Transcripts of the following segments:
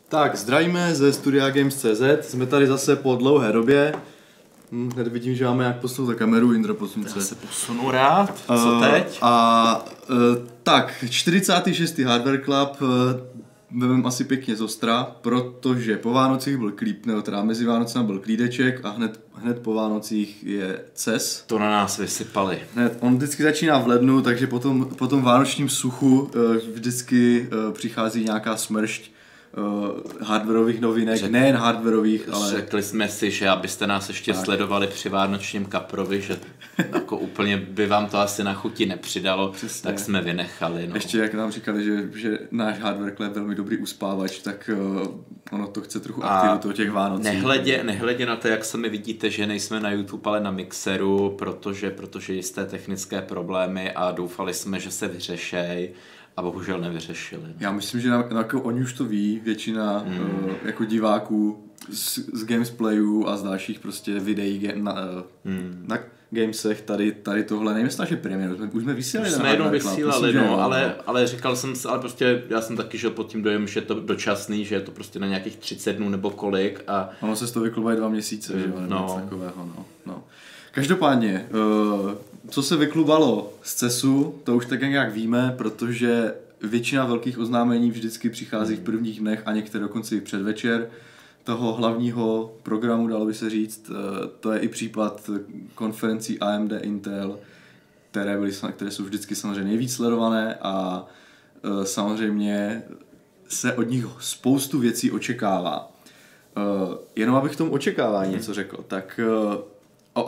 Tak, zdravíme ze studia Games.cz, jsme tady zase po dlouhé době. Hned vidím, že máme jak posunout kameru, Indro, posun se. Já se posunu rád, co teď? Tak, 46. Hardware Club vememe asi pěkně zostra, protože po Vánocích byl klíp, nebo teda mezi Vánocemi byl klídeček a hned po Vánocích je CES. To na nás vysypali. On vždycky začíná v lednu, takže po tom vánočním suchu vždycky přichází nějaká smršť hardwarových novinek, nejen hardwarových, ale... Řekli jsme si, že abyste nás ještě sledovali při vánočním kaprovi, že jako úplně by vám to asi na chuti nepřidalo, přesně. Tak jsme vynechali. No. Ještě jak nám říkali, že náš hardware je velmi dobrý uspávač, tak ono to chce trochu aktivitu těch Vánocí. Nehledě na to, jak sami vidíte, že nejsme na YouTube, ale na Mixeru, protože jisté technické problémy a doufali jsme, že se vyřešej. A bohužel nevyřešili. Já myslím, že jako oni už to ví, většina jako diváků z Gamesplayů a z dalších prostě videí na Gamesech tady tohle, nevím, jestli naše premiéru, už jsme vysílali. Už jsme jednou vysílali, ale říkal jsem si, ale prostě já jsem taky žil pod tím dojem, že je to dočasný, že je to prostě na nějakých 30 dnů nebo kolik. A... Ono se z toho vyklubají 2 měsíce, že jo, nebo takového, no. Každopádně, co se vyklubalo z CESu, to už tak nějak víme, protože většina velkých oznámení vždycky přichází v prvních dnech a některé dokonce i předvečer toho hlavního programu, dalo by se říct. To je i případ konferencí AMD, Intel, které jsou vždycky samozřejmě nejvíc sledované a samozřejmě se od nich spoustu věcí očekává. Jenom abych tomu očekávání něco řekl, tak... od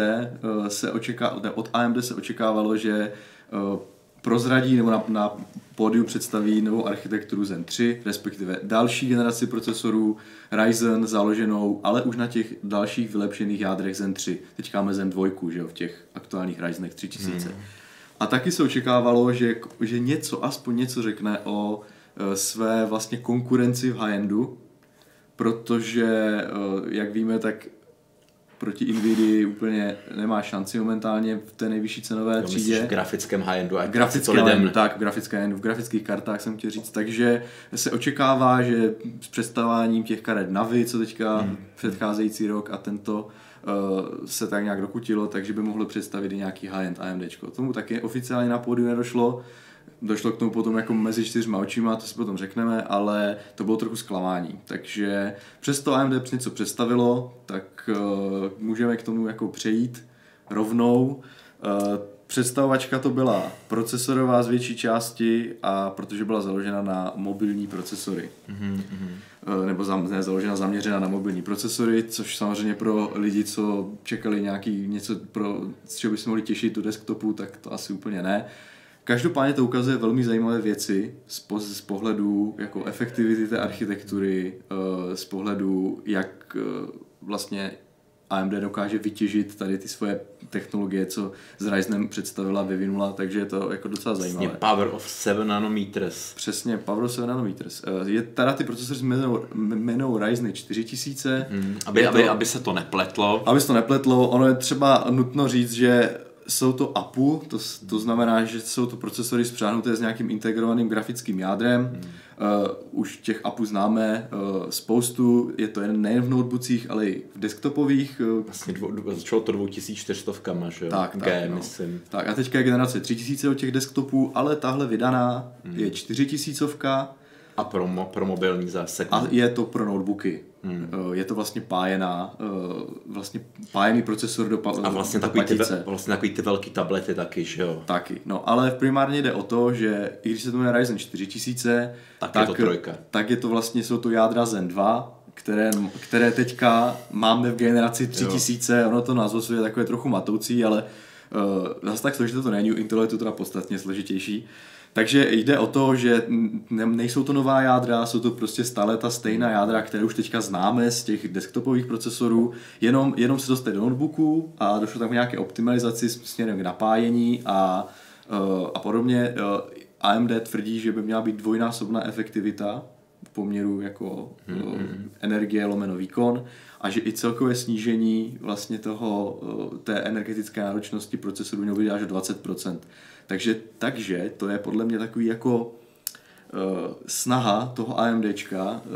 AMD se očekávalo, že prozradí nebo na pódiu představí novou architekturu Zen 3, respektive další generaci procesorů Ryzen založenou, ale už na těch dalších vylepšených jádrech Zen 3. Teď máme Zen 2, že jo, v těch aktuálních Ryzenech 3000. A taky se očekávalo, že aspoň něco řekne o své vlastně konkurenci v high-endu, protože, jak víme, tak proti Nvidia úplně nemá šanci momentálně v té nejvyšší cenové třídě. Myslíš v grafickém high-endu? V grafických kartách jsem chtěl říct. Takže se očekává, že s představováním těch karet Navi, co teďka předcházející rok a tento se tak nějak dokutilo, takže by mohlo představit i nějaký high-end AMDčko. Tomu taky oficiálně na pódiu nedošlo. Došlo k tomu potom jako mezi 4 očima, to si potom řekneme, ale to bylo trochu zklamání. Takže přesto AMD něco představilo, tak můžeme k tomu jako přejít rovnou. Představovačka to byla procesorová z větší části a protože byla založena na mobilní procesory. Nebo založena, zaměřena na mobilní procesory, což samozřejmě pro lidi, co čekali něco, z čeho by se mohli těšit do desktopu, tak to asi úplně ne. Každopádně to ukazuje velmi zajímavé věci z pohledu jako efektivity té architektury, z pohledu, jak vlastně AMD dokáže vytěžit tady ty svoje technologie, co s Ryzenem představila, vyvinula, takže je to jako docela zajímavé. Power of 7 nanometers. Přesně, Power of 7 nanometers. Je teda ty procesory jmenou Ryzen 4000. Aby se to nepletlo. Aby se to nepletlo, ono je třeba nutno říct, že jsou to APU, to znamená, že jsou to procesory spřáhnuté s nějakým integrovaným grafickým jádrem. Už těch APU známe spoustu, je to nejen v notebookích, ale i v desktopových. Vlastně začalo to 2400, že jo? Tak, myslím. Tak a teďka je generace 3000 od těch desktopů, ale tahle vydaná je 4000. A pro mobilní zásadní. A je to pro notebooky. Je to vlastně pájený procesor do a vlastně takový ty velký tablety taky, že jo? Taky, no ale primárně jde o to, že i když se to jmenuje Ryzen 4000, tak je to vlastně, jsou to jádra Zen 2, které teďka máme v generaci 3000, ono to názvo je takové trochu matoucí, ale zase tak složité to není, u Intelu je to teda podstatně složitější. Takže jde o to, že nejsou to nová jádra, jsou to prostě stále ta stejná jádra, které už teďka známe z těch desktopových procesorů, jenom se dostali do notebooku a došlo tam k nějaké optimalizaci směrem k napájení a podobně. AMD tvrdí, že by měla být dvojnásobná efektivita v poměru jako energie lomeno výkon a že i celkové snížení vlastně té energetické náročnosti procesoru mělo být až o 20%. Takže to je podle mě takový jako snaha toho AMDčka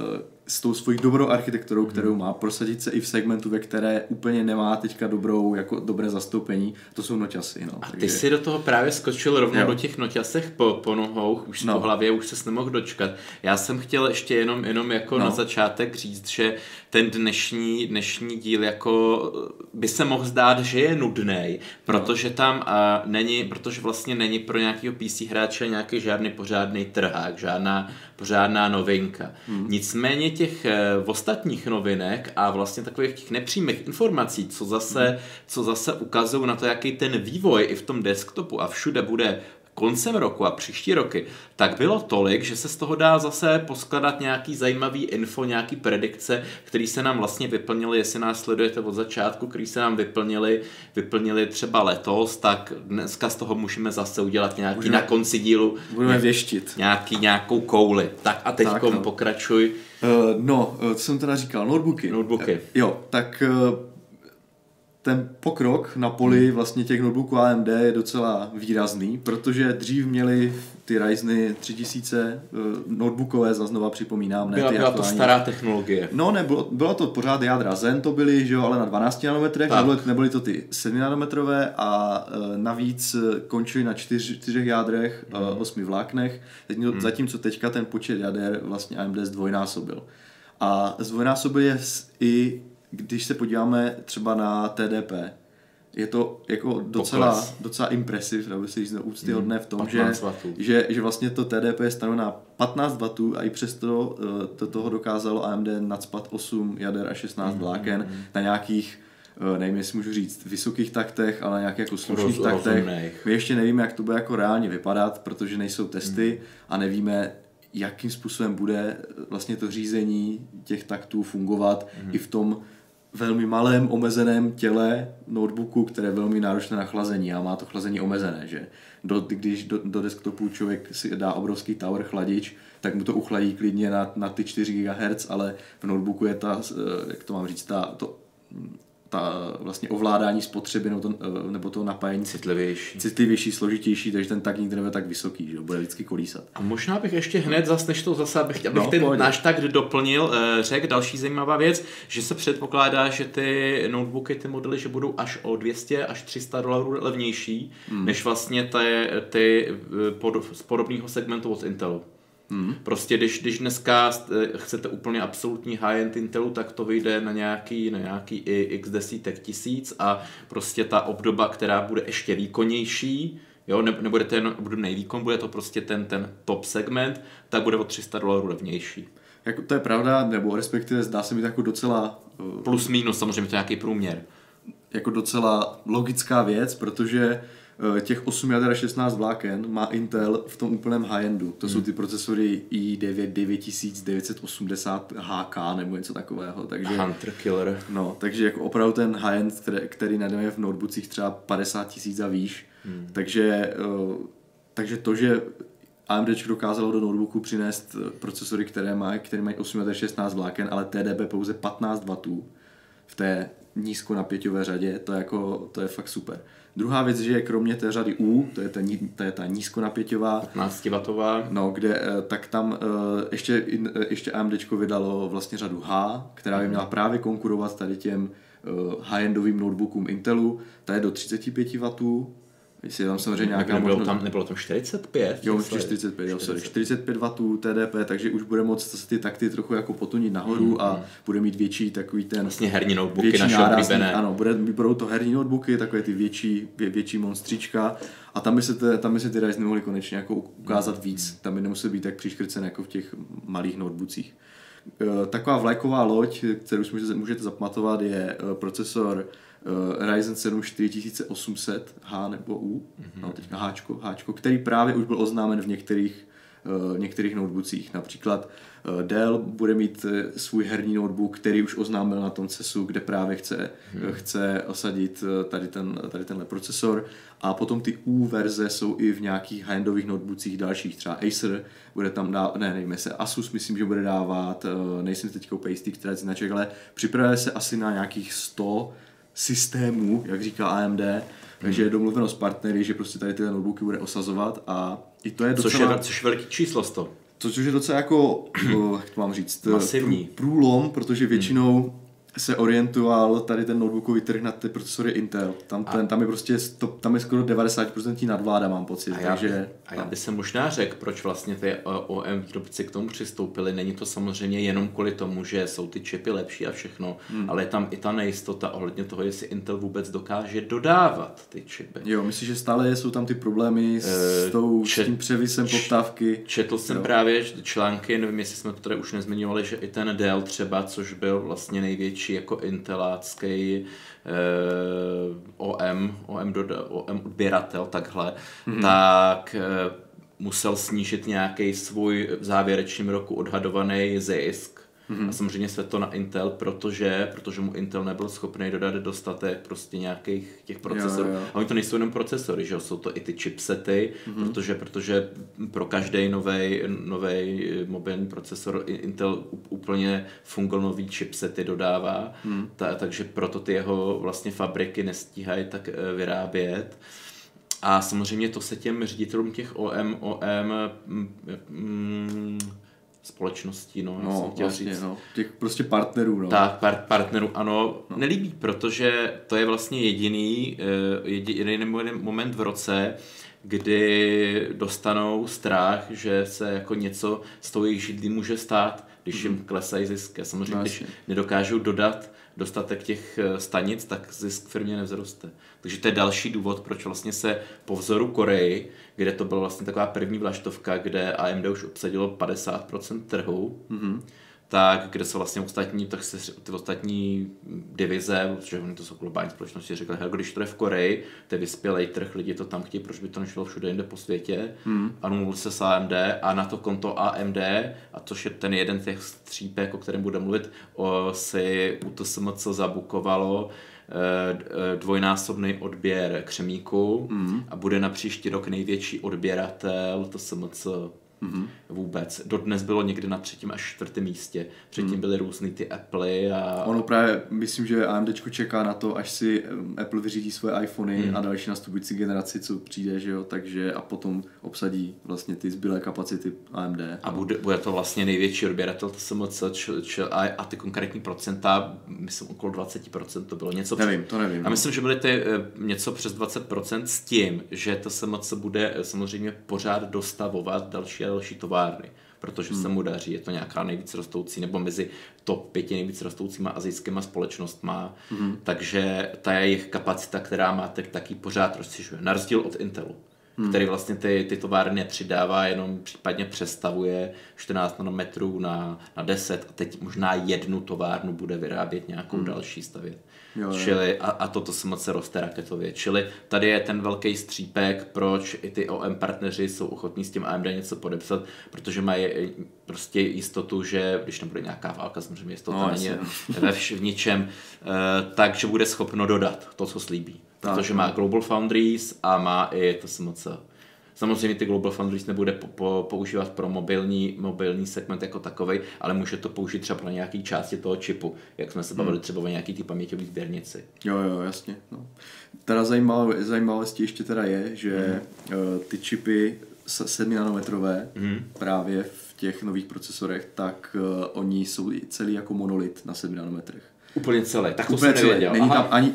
s tou svojí dobrou architekturou, kterou má, prosadit se i v segmentu, ve které úplně nemá teďka dobré zastoupení, to jsou noťasy. No. A ty si do toho právě skočil rovnou do těch noťasech po nohou, už po hlavě, už ses nemohl dočkat. Já jsem chtěl ještě jenom jako na začátek říct, že ten dnešní díl jako by se mohl zdát, že je nudnej, protože tam protože vlastně není pro nějakého PC hráče nějaký žádný pořádný trhák, žádná pořádná novinka. Nicméně těch ostatních novinek a vlastně takových těch nepřímých informací, co zase ukazují na to, jaký ten vývoj i v tom desktopu a všude bude koncem roku a příští roky, tak bylo tolik, že se z toho dá zase poskladat nějaký zajímavý info, nějaký predikce, který se nám vlastně vyplnily, jestli nás sledujete od začátku, který se nám vyplnili třeba letos, tak dneska z toho můžeme zase udělat nějaký na konci dílu. Budeme věštit. Nějakou kouli. Tak a teďkom pokračuj. Co jsem teda říkal, notebooky. Jo, tak ten pokrok na poli vlastně těch notebooků AMD je docela výrazný, protože dřív měli ty Ryzeny 3000 notebookové, znova připomínám. Byla to stará technologie. No, bylo to pořád jádra Zen, to byly, že jo, ale na 12 nanometrech, nebyly to ty 7 nanometrové a navíc končily na 4 jádrech, 8 vláknech, zatímco teďka ten počet jader vlastně AMD zdvojnásobil. A zdvojnásobil je i když se podíváme třeba na TDP, je to jako docela impresiv, dá se říct úctyhodné v tom, že vlastně to TDP je stanovené na 15 W a i přesto do toho dokázalo AMD nacpat 8 jader a 16 vláken na nějakých, nevím, jestli můžu říct, vysokých taktech, ale na nějakých jako slušných taktech. My ještě nevíme, jak to bude jako reálně vypadat, protože nejsou testy a nevíme, jakým způsobem bude vlastně to řízení těch taktů fungovat i v tom velmi malém omezeném těle notebooku, které je velmi náročné na chlazení a má to chlazení omezené, že když do desktopu člověk si dá obrovský tower chladič, tak mu to uchladí klidně na ty 4 GHz, ale v notebooku je jak to mám říct, ta vlastně ovládání spotřeby nebo toho napájení citlivější, složitější, takže ten tak nikdy nebude tak vysoký, že bude vždycky kolísat. A možná bych ještě hned abych ten náš tak doplnil, řekl další zajímavá věc, že se předpokládá, že ty notebooky, ty modely, že budou až o $200 až $300 levnější, než vlastně ty z podobného segmentu od Intelu. Prostě když dneska chcete úplně absolutní high-end Intelu, tak to vyjde na nějaký x desítek tisíc a prostě ta obdoba, která bude ještě výkonnější, jo, nebude to jen obdobný výkon, bude to prostě ten top segment, tak bude o $300 levnější. Jako to je pravda, nebo respektive zdá se mi jako docela plus minus, samozřejmě to je nějaký průměr. Jako docela logická věc, protože těch 8 jader a 16 vláken má Intel v tom úplném high-endu. To jsou ty procesory i9 9980 HK nebo něco takového. Takže, Hunter Killer. No, takže jako opravdu ten high-end, který najdeme v notebookích třeba 50 000 a výš. Takže to, že AMD dokázalo do notebooku přinést procesory, které mají 8 jader 16 vláken, ale TDP pouze 15 W v té nízkonapěťové řadě, to je fakt super. Druhá věc, že kromě té řady U, to je ta nízkonapěťová 15W, no, tak tam ještě AMDčko vydalo vlastně řadu H, která by měla právě konkurovat tady těm high-endovým notebookům Intelu, ta je do 35 W. Jestli je tam samozřejmě nějaká možnost... Nebylo tam 45? Jo, 45 W TDP, takže už bude moct ty takty trochu jako potunit nahoru a bude mít větší takový ten... Vlastně herní notebooky naše oblíbené. Ano, budou to herní notebooky, takové ty větší monstříčka a tam by se ty Ryzeny mohly konečně jako ukázat víc. Tam by nemusel být tak přiškrcen jako v těch malých notebookcích. Taková vlajková loď, kterou můžete zapamatovat, je procesor Ryzen 7 4800H nebo U, no teďka Hčko, který právě už byl oznámen v některých notebookích. Například Dell bude mít svůj herní notebook, který už oznámil na tom CESu, kde právě chce osadit tady tenhle procesor. A potom ty U verze jsou i v nějakých high-endových notebookích dalších. Třeba Acer bude tam dávat, nevím, Asus myslím, že bude dávat, nejsem teďka úplně jistý, která značek, ale připravuje se asi na nějakých 100 systémů, jak říká AMD, takže je domluveno s partnery, že prostě tady tyhle notebooky bude osazovat a i to je docela... Což je velký číslo 100. což je docela jako, jak to mám říct, masivní průlom, protože většinou se orientoval tady ten notebookový trh na ty procesory Intel. Tam je prostě tam je skoro 90% nadvláda, mám pocit. Já bych se možná řekl, proč vlastně ty OEM výrobci k tomu přistoupili. Není to samozřejmě jenom kvůli tomu, že jsou ty čipy lepší a všechno, ale je tam i ta nejistota ohledně toho, jestli Intel vůbec dokáže dodávat ty čipy. Jo, myslím, že stále jsou tam ty problémy s tím převisem poptávky. Četl jsem právě články, nevím, jestli jsme to tady už nezmiňovali, že i ten Dell třeba, což byl vlastně největší jako intelácký OEM odběratel takhle, tak musel snížit nějaký svůj v závěrečném roku odhadovaný zisk. A samozřejmě se to na Intel, protože mu Intel nebyl schopný dodat dostatek prostě nějakých těch procesorů. A oni to nejsou jenom procesory, že jo? Jsou to i ty chipsety, protože pro každý nový mobilní procesor Intel úplně fungonový chipsety dodává, takže proto ty jeho vlastně fabriky nestíhají tak vyrábět. A samozřejmě to se těm ředitelům těch OEM společností, těch prostě partnerů, Tak, partnerů, ano, nelíbí, protože to je vlastně jediný moment v roce, kdy dostanou strach, že se jako něco z toho jejich židlí může stát, když jim klesají zisk. Samozřejmě, když nedokážou dodat dostatek těch stanic, tak zisk firmě nevzroste. Takže to je další důvod, proč vlastně se po vzoru Koreji, kde to byla vlastně taková první vlaštovka, kde AMD už obsadilo 50% trhu, tak kde se vlastně ty ostatní divize, protože oni to jsou globální společnosti, řekli, když to je v Koreji, to je vyspělej trh, lidi to tam chtějí, proč by to nešlo všude jinde po světě, a mluvil se s AMD a na to konto AMD, a což je ten jeden těch střípek, o kterém budeme mluvit, si UTSMC zabukovalo dvojnásobný odběr křemíku a bude na příští rok největší odběratel TSMC vůbec. Dodnes bylo někdy na 3. až 4. místě. Předtím byly různý ty Apple a... Ono právě, myslím, že AMDčko čeká na to, až si Apple vyřídí svoje iPhony a další nastupující generaci, co přijde, že jo, takže a potom obsadí vlastně ty zbylé kapacity AMD. A bude to vlastně největší odběratel TSMC a ty konkrétní procenta, myslím okolo 20% to bylo něco. To nevím. A myslím, že byly ty něco přes 20% s tím, že TSMC bude samozřejmě pořád dostavovat další továrny, protože se mu daří, je to nějaká nejvíc rostoucí, nebo mezi top 5 nejvíc rostoucíma asijskýma společnostma, takže ta jejich kapacita, která má, taky pořád rozšiřuje. Na rozdíl od Intelu, který vlastně ty továrny přidává, jenom případně přestavuje 14 nanometrů na 10 a teď možná jednu továrnu bude vyrábět, nějakou další stavět. Čili, a toto se moc roste raketově. Čili tady je ten velký střípek, proč i ty OEM partneři jsou ochotní s tím AMD něco podepsat, protože mají prostě jistotu, že když nebude nějaká válka, samozřejmě jistota není v ničem, takže bude schopno dodat to, co slíbí. Protože má Global Foundries a má i TSMC. Samozřejmě ty Global Foundries nebude používat pro mobilní segment jako takovej, ale může to použít třeba na nějaký části toho čipu, jak jsme se bavili třeba o nějaký ty paměťový sběrnici. Jo, jasně. No. Teda zajímavostí ještě teda je, že ty čipy 7 nanometrové právě v těch nových procesorech, tak oni jsou celý jako monolit na 7 nanometrech. Úplně celé, tak to jsem nevěděl. Není tam ani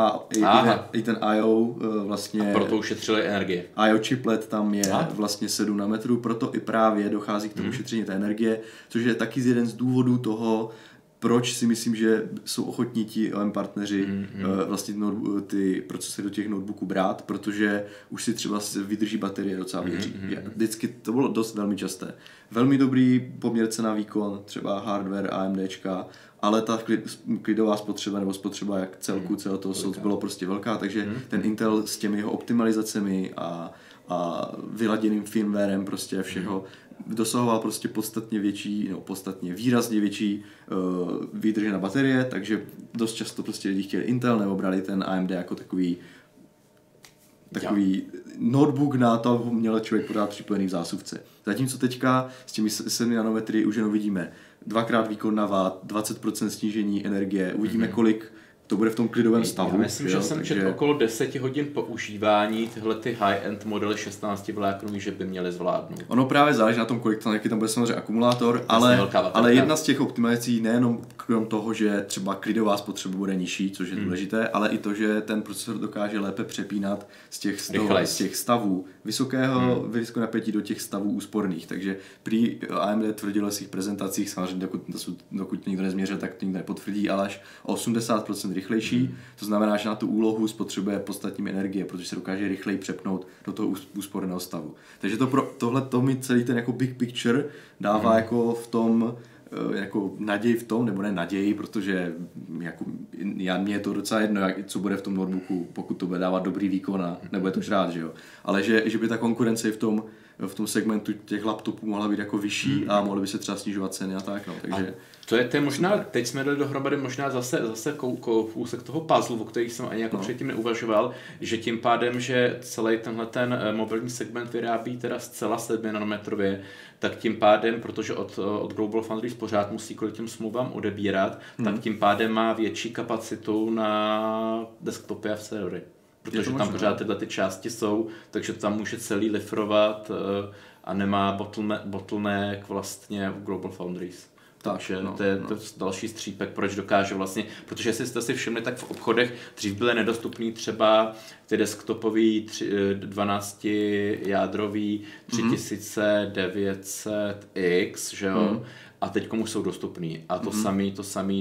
i ten I.O. vlastně... A proto ušetřili energie. I.O. chiplet tam je vlastně 7 nanometrů, proto i právě dochází k tomu ušetření té energie, což je taky jeden z důvodů toho, proč si myslím, že jsou ochotní ti OEM partneři vlastně ty procesory do těch notebooků brát, protože už si třeba vydrží baterie docela větší. Vždycky to bylo dost velmi časté. Velmi dobrý poměr cena výkon, třeba hardware AMDčka, ale ta klidová spotřeba nebo spotřeba jak celého toho soudu bylo prostě velká, takže ten Intel s těmi jeho optimalizacemi a vyladěným firmwarem prostě všeho dosahoval prostě výrazně větší výdrž na baterie, takže dost často prostě lidi chtěli Intel nebo brali ten AMD jako takový notebook na to, aby měl člověk pořád připojený v zásuvce. Zatímco teďka s těmi 7 nanometry už jenom vidíme 2x výkon na watt, 20% snížení energie, uvidíme kolik to bude v tom klidovém stavu. Já myslím, že jsem četl okolo 10 hodin používání tyhle ty high-end modely 16 vláknový, že by měly zvládnout. Ono právě záleží na tom, jaký tam bude samozřejmě akumulátor, ale jedna z těch optimalizací nejenom krom toho, že třeba klidová spotřeba bude nižší, což je důležité, ale i to, že ten procesor dokáže lépe přepínat z těch stavů vysokého napětí do těch stavů úsporných. Takže prý AMD tvrdilo v svých prezentacích, samozřejmě dokud nikdo nezměřil, tak to nikdo nepotvrdí, ale až o 80% rychlejší. To znamená, že na tu úlohu spotřebuje podstatně energie, protože se dokáže rychleji přepnout do toho úsporného stavu. Takže tohle mi celý ten jako big picture dává jako v tom jako naději v tom, nebo ne naději, protože jako, mně je to docela jedno, co bude v tom notebooku, pokud to bude dávat dobrý výkon a nebude to žrát, že jo. Ale že by ta konkurence v tom segmentu těch laptopů mohla být jako vyšší a mohly by se třeba snižovat ceny a tak, no, takže... To je možná, teď jsme dali dohromady možná zase kousek toho puzzle, o kterých jsem ani jako předtím neuvažoval, že tím pádem, že celý tenhle ten mobilní segment vyrábí teda zcela 7 nanometrově, tak tím pádem, protože od GlobalFoundries pořád musí kvůli těm smlouvám odebírat, tak tím pádem má větší kapacitu na desktopy a v servery. Protože tam pořád tyhle ty části jsou, takže tam může celý lifrovat a nemá bottleneck vlastně v GlobalFoundries. Takže to je další střípek, proč dokáže vlastně, protože jestli jste si všimli, tak v obchodech dřív byly nedostupný třeba ty desktopový 12 jádrový 3900X, že jo? A teď komu jsou dostupný. A to samý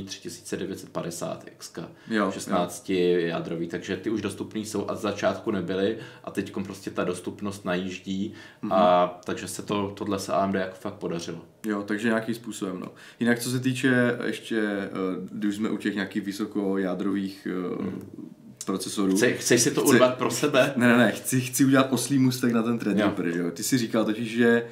3950X, 16 jádrový, takže ty už dostupný jsou a z začátku nebyly a teď prostě ta dostupnost najíždí a takže se tohle se AMD jako fakt podařilo. Jo, takže nějakým způsobem, no. Jinak co se týče ještě, když jsme u těch nějakých vysokojádrových procesorů. Chceš si to urvat pro sebe? Ne, chci udělat oslý můstek na ten Threadripper, že jo. Ty jsi říkal totiž,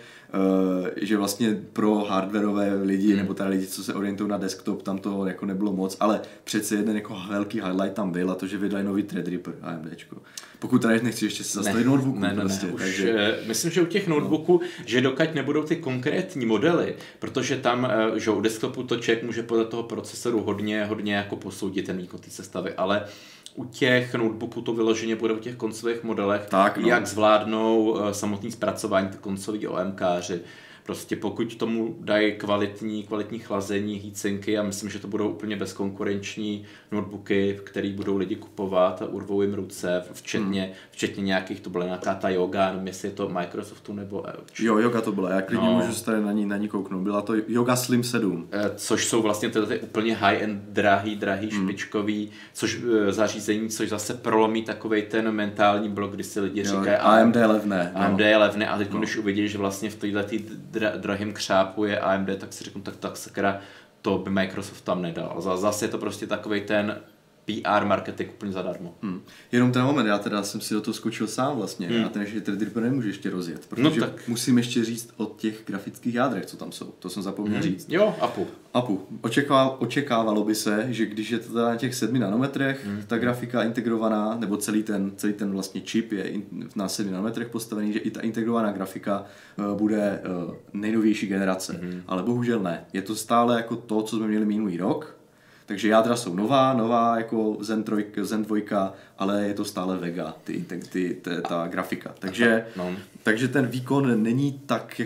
že vlastně pro hardwareové lidi, nebo teda lidi, co se orientují na desktop, tam to jako nebylo moc, ale přece jeden jako velký highlight tam byl a to, že vydali nový Threadripper AMDčko. Pokud tady nechci ještě se zastavit notebooku. Takže... Myslím, že u těch notebooků, že dokud nebudou ty konkrétní modely, protože tam, že u desktopu to člověk může podle toho procesoru hodně jako posoudit ten výkon té sestavy, ale u těch notebooků to vyloženě bude u těch koncových modelech, jak zvládnou samotný zpracování ty koncoví OMKáři. Prostě pokud tomu dají kvalitní chlazení, heatsinky, a myslím, že to budou úplně bezkonkurenční notebooky, který budou lidi kupovat a urvou jim ruce, včetně nějakých, to byla nějaká ta Yoga, nevím, jestli je to Microsoftu nebo... Jo, Yoga to byla, já klidně můžu se tady na ní kouknout, byla to Yoga Slim 7. Což jsou vlastně ty úplně high-end, drahý, špičkový, zařízení, což zase prolomí takovej ten mentální blok, kdy si lidi říkají AMD je levné. AMD je levné a teď když uvidíš, že vlastně v této drahým křápu je AMD, tak si řeknu, tak sakra, to by Microsoft tam nedal. Zase je to prostě takovej ten PR marketing úplně zadarmo. Jenom ten moment, já teda jsem si do toho skočil sám vlastně. Já ten Threadripper nemůžu ještě rozjet, protože musím ještě říct o těch grafických jádrech, co tam jsou. To jsem zapomněl říct. Jo, APU. Očekávalo by se, že když je to na těch 7 nanometrech, ta grafika integrovaná, nebo celý ten vlastně čip je na 7 nanometrech postavený, že i ta integrovaná grafika bude nejnovější generace. Ale bohužel ne. Je to stále jako to, co jsme měli minulý rok. Takže jádra jsou nová jako Zen 2, ale je to stále Vega, ta grafika. Takže ten výkon není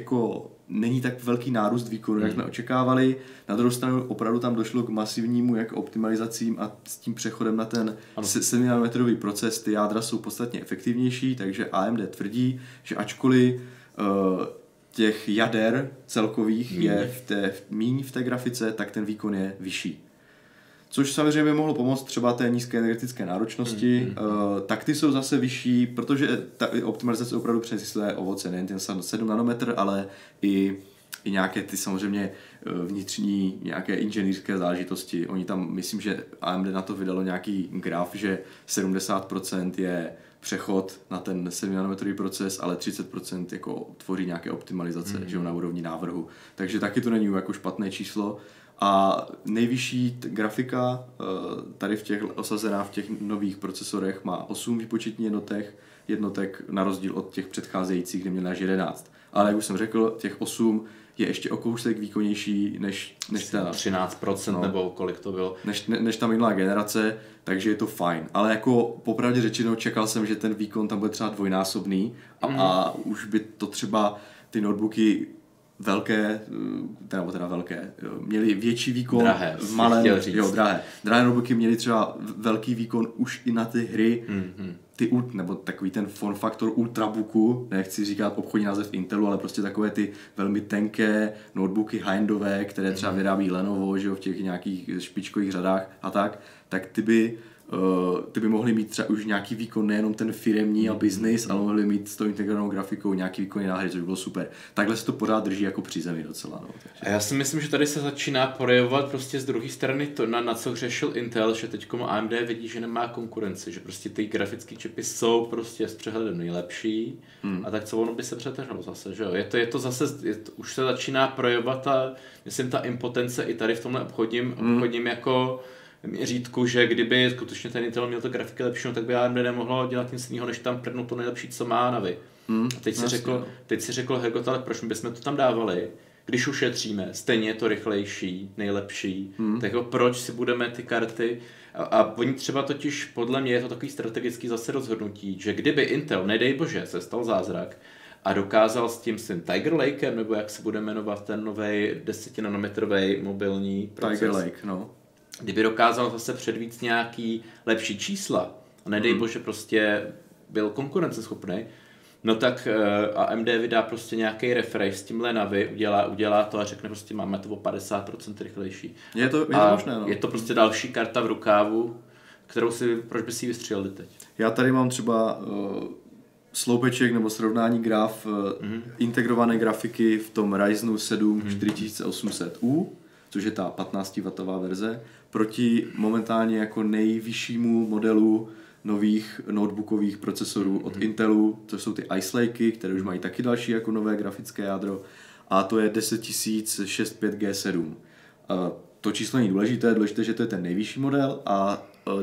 tak velký nárůst výkonu, jak jsme očekávali. Na druhou stranu opravdu tam došlo k masivnímu optimalizacím a s tím přechodem na ten 7nanometrový proces ty jádra jsou podstatně efektivnější, takže AMD tvrdí, že ačkoliv těch jader celkových je míň v té grafice, tak ten výkon je vyšší. Což samozřejmě by mohlo pomoct třeba té nízké energetické náročnosti. Tak ty jsou zase vyšší, protože ta optimalizace opravdu přinesí své ovoce, nejen ten 7 nanometr, ale i nějaké ty samozřejmě vnitřní nějaké inženýrské záležitosti. Oni tam, myslím, že AMD na to vydalo nějaký graf, že 70% je přechod na ten 7 nanometrový proces, ale 30% jako tvoří nějaké optimalizace, že na úrovni návrhu. Takže taky to není jako špatné číslo. A nejvyšší grafika tady osazená v těch nových procesorech má 8 výpočetních jednotek na rozdíl od těch předcházejících, kde měl až 11. ale jak už jsem řekl, těch 8 je ještě o kousek výkonnější než ta 13% nebo kolik to bylo. Než ta minulá generace, takže je to fajn. Ale jako popravdě řečeno čekal jsem, že ten výkon tam bude třeba dvojnásobný a už by to třeba ty notebooky velké, měly větší výkon. Drahé, drahé notebooky měly třeba velký výkon už i na ty hry, nebo takový ten form factor ultrabooku, nechci říkat obchodní název Intelu, ale prostě takové ty velmi tenké notebooky high-endové, které třeba vyrábí Lenovo, že jo, v těch nějakých špičkových řadách a tak ty by mohly mít třeba už nějaký výkon, nejenom ten firemní a business, ale mohly mít s tou integrovanou grafikou nějaký výkon na hry, což bylo super. Takhle se to pořád drží jako při zemi docela. No, a já si myslím, že tady se začíná projevovat prostě z druhé strany to, na co řešil Intel, že teďkom AMD vidí, že nemá konkurenci, že prostě ty grafické čipy jsou prostě s přehledem nejlepší a tak co ono by se přetrhlo zase, že jo. Je to zase, už se začíná projevovat ta, myslím, ta impotence i tady v tomhle obchodním jako měřítku, že kdyby skutečně ten Intel měl to grafiky lepší, tak by AMD nemohlo dělat nic jiného, než tam prdnout to nejlepší, co má na vy. A teď si řekl Hergot, ale proč bychom to tam dávali, když ušetříme, stejně je to rychlejší, nejlepší, tak jako proč si budeme ty karty a oni třeba totiž, podle mě je to takový strategický zase rozhodnutí, že kdyby Intel, nedej bože, se stal zázrak a dokázal s tím svým Tiger Lakem, nebo jak se bude jmenovat ten novej 10nanometrový mobilní proces. Tiger Lake, no. Kdyby dokázal zase předvíct nějaký lepší čísla a nedej bože prostě byl konkurenceschopný, no tak AMD vydá prostě nějaký refresh s tímhle Navi, udělá to a řekne prostě máme to o 50% rychlejší. Je to možné, no. Je to prostě další karta v rukávu, kterou proč by si ji vystřelili teď? Já tady mám třeba sloupeček nebo srovnání graf integrované grafiky v tom Ryzenu 7 4800U, což je ta 15W verze, proti momentálně jako nejvyššímu modelu nových notebookových procesorů od Intelu, to jsou ty Ice Lakey, které už mají taky další jako nové grafické jádro, a to je 10065G7. To číslo není důležité, že to je ten nejvyšší model a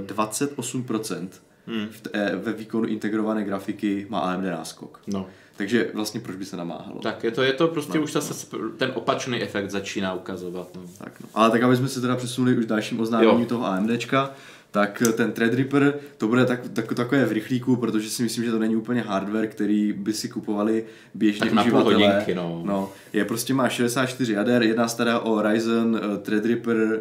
28% ve výkonu integrované grafiky má AMD náskok. No. Takže vlastně proč by se namáhalo? Tak je to prostě už zase ten opačný efekt začíná ukazovat. No. Tak no. Ale tak, aby jsme se teda přesunuli už dalším oznámení toho AMDčka, tak ten Threadripper, to bude takové v rychlíku, protože si myslím, že to není úplně hardware, který by si kupovali běžně uživatelé. Hodinky, no. Je prostě má 64 jader, jedná se teda o Ryzen Threadripper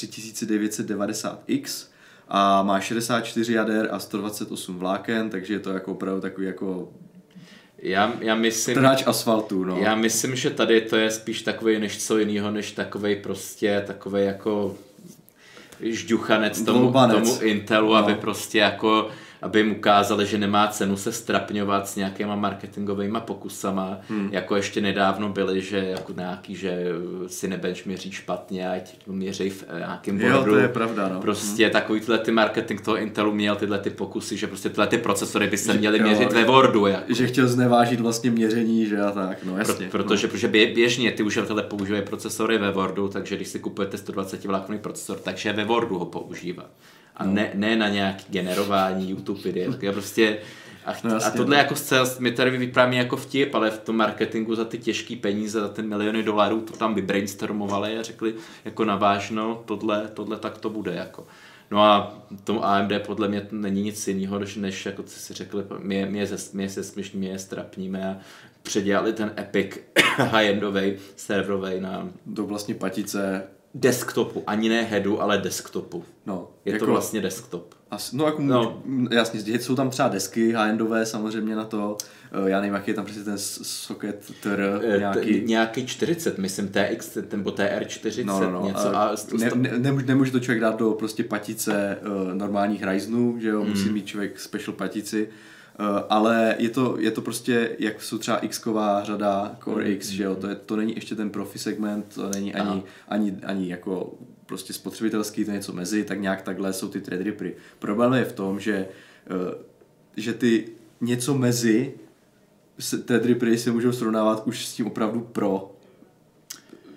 3990X a má 64 jader a 128 vláken, takže je to jako opravdu takový jako já myslím, trhač asfaltu, no. Já myslím, že tady to je spíš takovej než co jinýho, než takovej jako žďuchanec tomu Intelu, no. aby jim ukázali, že nemá cenu se strapňovat s nějakýma marketingovými pokusama, jako ještě nedávno byly, že jako nějaký, že Cinebench měří špatně, ať měří v nějakém boardu. Jo, to je pravda, no. Prostě takovýhle ty marketing toho Intelu měl tyhle ty pokusy, že prostě tyhle ty procesory by se měly měřit ve Wordu. Jako. Že chtěl znevážit vlastně měření, že a tak, no jasně. Protože běžně ty uživatelé používají procesory ve Wordu, takže když si kupujete 120 vláknový procesor, takže ve Wordu ho používá. A ne na nějaký generování YouTube videí. Prostě a tohle jako mi tady vypráví jako vtip, ale v tom marketingu za ty těžké peníze, za ten miliony dolarů to tam vybrainstormovali a řekli jako navážno, tohle tak to bude jako. No a tomu AMD podle mě není nic jiného, než jako si řekli, my se směšní, my je strapníme a předělali ten Epic high-endovej, serverovej na do vlastně patice desktopu, ani ne headu, ale desktopu. No, je jako, to vlastně desktop. Jasně, jsou tam třeba desky high-endové samozřejmě na to. Já nevím, jaký je tam přesně ten socket nějaký 40, myslím TX nebo TR40 no. Něco. Nemůže to člověk dát do prostě patice normálních Ryzenů, že jo, musí mít člověk special patici. Ale je to prostě, jak jsou třeba X-ková řada Core X, že jo, to není ještě ten profi segment, to není ani jako prostě spotřebitelský, to je něco mezi, tak nějak takhle jsou ty Threadrippery. Problém je v tom, že ty něco mezi Threadrippery se můžou srovnávat už s tím opravdu pro.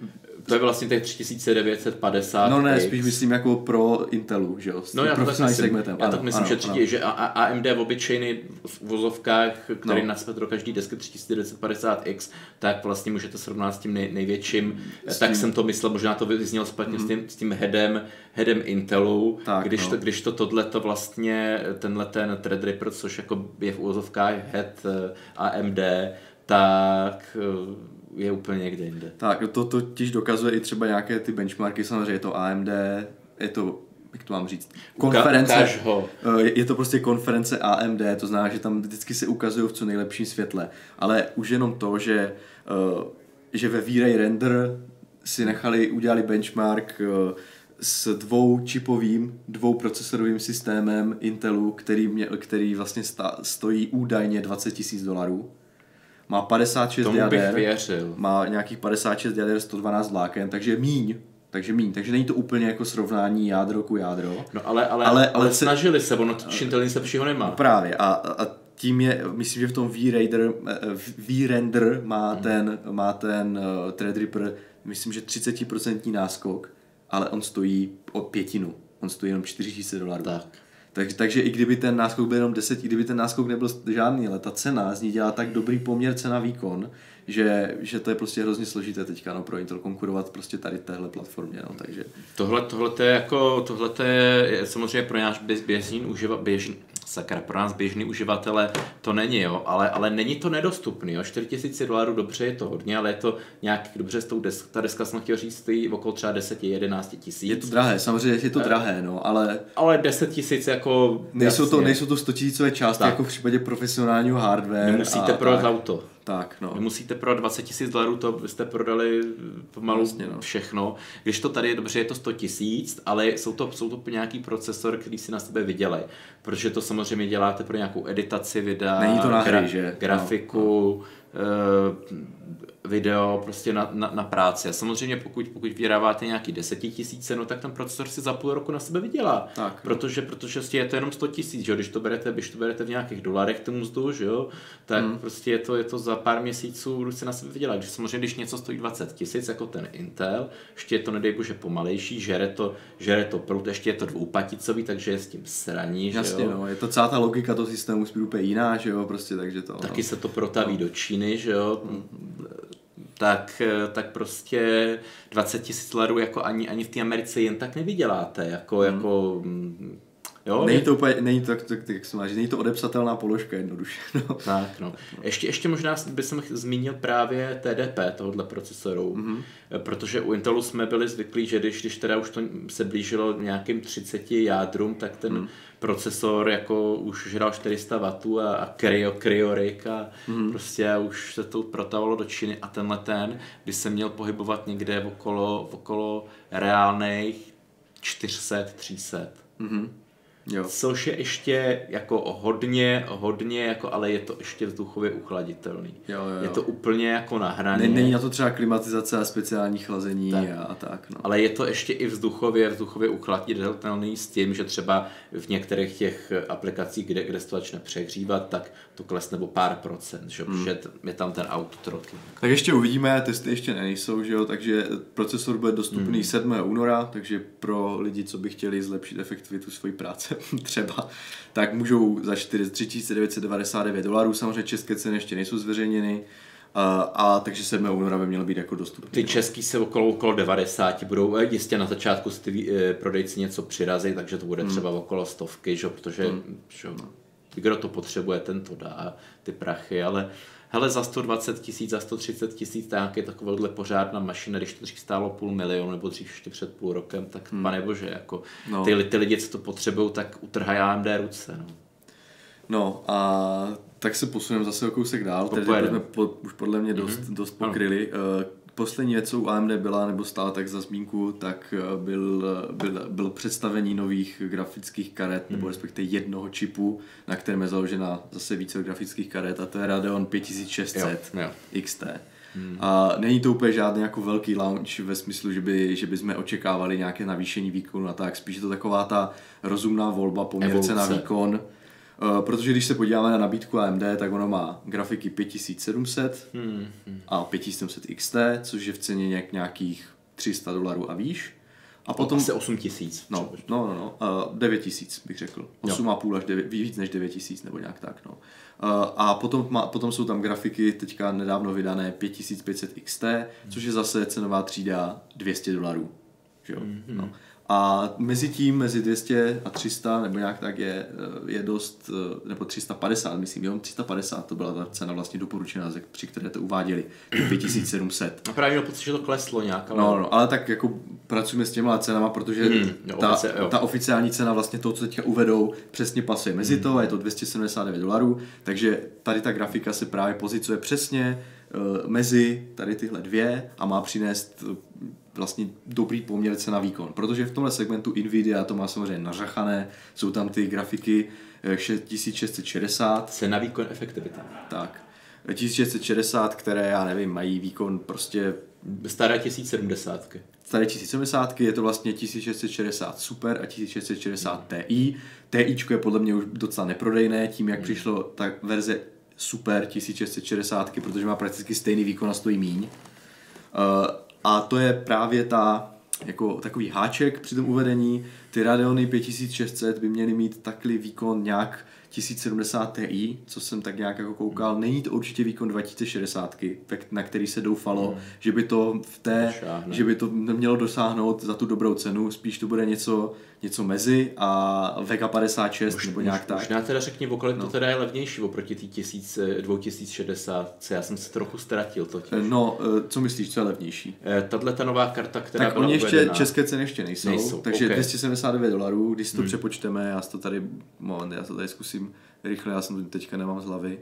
To je vlastně těch 3950. No ne, spíš myslím jako pro Intelu, že jo? No já tak myslím, že AMD v obyčejný v vozovkách, který na sebe pro každý desky 3950X, tak vlastně můžete srovnat s tím největším, tak jsem to myslel, možná to vyznělo špatně s tím headem Intelu, tak, když tohleto vlastně, tenhle ten Threadripper, což jako je v uvozovkách head AMD, tak je úplně někde jinde. Tak, to totiž dokazuje i třeba nějaké ty benchmarky, samozřejmě je to AMD, je to, jak to mám říct, konference, je to prostě konference AMD, to znamená, že tam vždycky se ukazují v co nejlepším světle, ale už jenom to, že ve V-Ray Render si udělali benchmark s dvouprocesorovým systémem Intelu, který vlastně stojí údajně $20,000. Má 56 jader, má nějakých 56 jader, 112 vláken, takže míň. Takže není to úplně jako srovnání jádro ku jádro. No ale snažili se, ono Intel nic lepšího nemá. Právě a tím je, myslím, že v tom V-Render má ten Threadripper, myslím, že 30% náskok, ale on stojí o pětinu. On stojí jenom $4,000. Tak. Takže i kdyby ten náskok byl jenom 10, i kdyby ten náskok nebyl žádný, ale ta cena z ní dělá tak dobrý poměr cena-výkon, že to je prostě hrozně složité teďka pro Intel konkurovat prostě tady téhle platformě. No, takže. Tohle je samozřejmě pro náš pro nás běžný uživatele to není, jo, ale není to nedostupný, jo. $4,000 dobře, je to hodně, ale je to nějak dobře ta deska jsem chtěl říct, stojí okolo třeba 10-11 tisíc. Je to drahé, samozřejmě je to drahé, no, ale 10 tisíc jako nejsou to 100 000 částky jako v případě profesionálního hardware. Nemusíte prodat auto. Tak, no. Nemusíte prodat $20,000, to byste prodali pomalu vlastně, všechno. Když to tady je dobře, je to 100 000, ale jsou to nějaký procesor, který si na sebe vydělají. Protože to samozřejmě děláte pro nějakou editaci videa, není to na hry, že? Grafiku, video prostě na práci. A samozřejmě pokud vyrábáte nějaký 10 000, no tak ten procesor si za půl roku na sebe vydělá. Tak, protože je to jenom 100 000, že? Když to berete v nějakých dolarech tu mzdu, že jo, tak prostě je to za pár měsíců si na sebe vydělá. Když něco stojí 20 000, jako ten Intel, ještě je to nedej bože pomalejší, žere to proud, ještě je to dvoupaticový, takže je s tím sraní, že jasně, jo. No, je to celá ta logika toho systému spíš úplně jiná, že jo, prostě takže to. Taky se to protaví do Číny, že jo. Tak prostě $20,000 jako ani v té Americe jen tak nevyděláte, jako jo, není to jak se máš, není to odepsatelná položka jednoduše. No. Tak, no. Ještě možná bych zmínil právě TDP tohohle procesoru, protože u Intelu jsme byli zvyklí, že když teda už to se blížilo nějakým 30 jádrům, tak ten procesor jako už žral 400 W a kryorik a prostě už se to protavalo do Číny a tenhle by se měl pohybovat někde okolo reálných 400-300. Jo. Což je ještě jako hodně, jako, ale je to ještě vzduchově uchladitelný. Jo. Je to úplně jako na hraně. Není na to třeba klimatizace a speciální chlazení a tak. No. Ale je to ještě i vzduchově uchladitelný s tím, že třeba v některých těch aplikacích, kde se to začne přehřívat, tak to klesne o pár procent, že? Protože je tam ten autothrottle. Tak ještě uvidíme, testy ještě nejsou, že jo? Takže procesor bude dostupný 7. února, takže pro lidi, co by chtěli zlepšit efektivitu své práce třeba, tak můžou za $3,999, samozřejmě české ceny ještě nejsou zveřejněny, a takže 7. února by mělo být jako dostupné. Ty český se okolo 90 budou, jistě na začátku si ty prodejci něco přirazí, takže to bude třeba okolo 100, že? Protože kdo to potřebuje, ten to dá, ty prachy, ale hele, za 120 000, za 130 000 nějaký takovouhle pořádná mašina, když to dřív stálo $500 000 nebo dřív ještě před půl rokem, tak panebože, jako ty lidi, co to potřebují, tak utrhají AMD ruce. No a tak se posuneme zase o kousek dál, tady jsme už podle mě dost pokryli. Poslední věc, co u AMD byla, nebo stála tak za zmínku, tak byl představení nových grafických karet, nebo respektive jednoho čipu, na kterém je založena zase více grafických karet, a to je Radeon 5600 XT. A není to úplně žádný jako velký launch ve smyslu, že by jsme očekávali nějaké navýšení výkonu a tak, spíš je to taková ta rozumná volba poměrce na výkon. Protože když se podíváme na nabídku AMD, tak ono má grafiky 5700 a 5700 XT, což je v ceně nějakých $300 a výš. A potom asi 8 000. No, 9 000 bych řekl. 8,5 až 9, víc než 9 000 nebo nějak tak, no. A potom jsou tam grafiky teďka nedávno vydané 5500 XT, což je zase cenová třída $200, že jo? No. A mezi 200 a 300 nebo nějak tak je dost, nebo 350, myslím, jo, 350 to byla ta cena vlastně doporučená, při které to uváděli, 5700. A právě měl pocit, že to kleslo nějak. Ale... No, ale tak jako pracujeme s těma cenama, protože ta oficiální cena vlastně toho, co teďka uvedou, přesně pasuje mezi to a je to $279, takže tady ta grafika se právě pozicuje přesně mezi tady tyhle dvě a má přinést vlastně dobrý poměr cena výkon, protože v tomhle segmentu Nvidia to má samozřejmě nařachané, jsou tam ty grafiky 1660. Cena výkon efektivita. Tak, 1660, které, já nevím, mají výkon prostě... Staré 1070. Staré 1070, je to vlastně 1660 Super a 1660 Ti. Tičko je podle mě už docela neprodejné, tím jak přišlo ta verze Super 1660, protože má prakticky stejný výkon a stojí míň. A to je právě jako takový háček při tom uvedení. Ty Radeony 5600 by měly mít takový výkon nějak 1070 Ti, co jsem tak nějak jako koukal. Není to určitě výkon 2060, na který se doufalo, že by to že by to mělo dosáhnout za tu dobrou cenu. Spíš to bude něco mezi a Vega 56 nebo nějak tak. Možná teda řekni, okolik to teda je levnější oproti té 2060. Já jsem se trochu ztratil totiž. No, co myslíš, co je levnější? Tato nová karta, která tak byla oni ještě, uvedená. České ceny ještě nejsou. Takže okay. $279, když si to přepočteme, já to tady zkusím rychle, já jsem to teďka nemám z hlavy.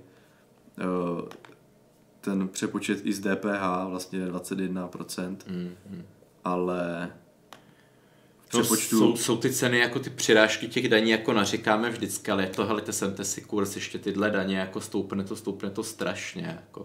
Ten přepočet i z DPH vlastně je 21%, ale přepočtu... Jsou ty ceny jako ty přirážky těch daní, jako naříkáme vždycky, ale jak to helejte semte si kurz, ještě tyhle daně jako stoupne to strašně. Jako.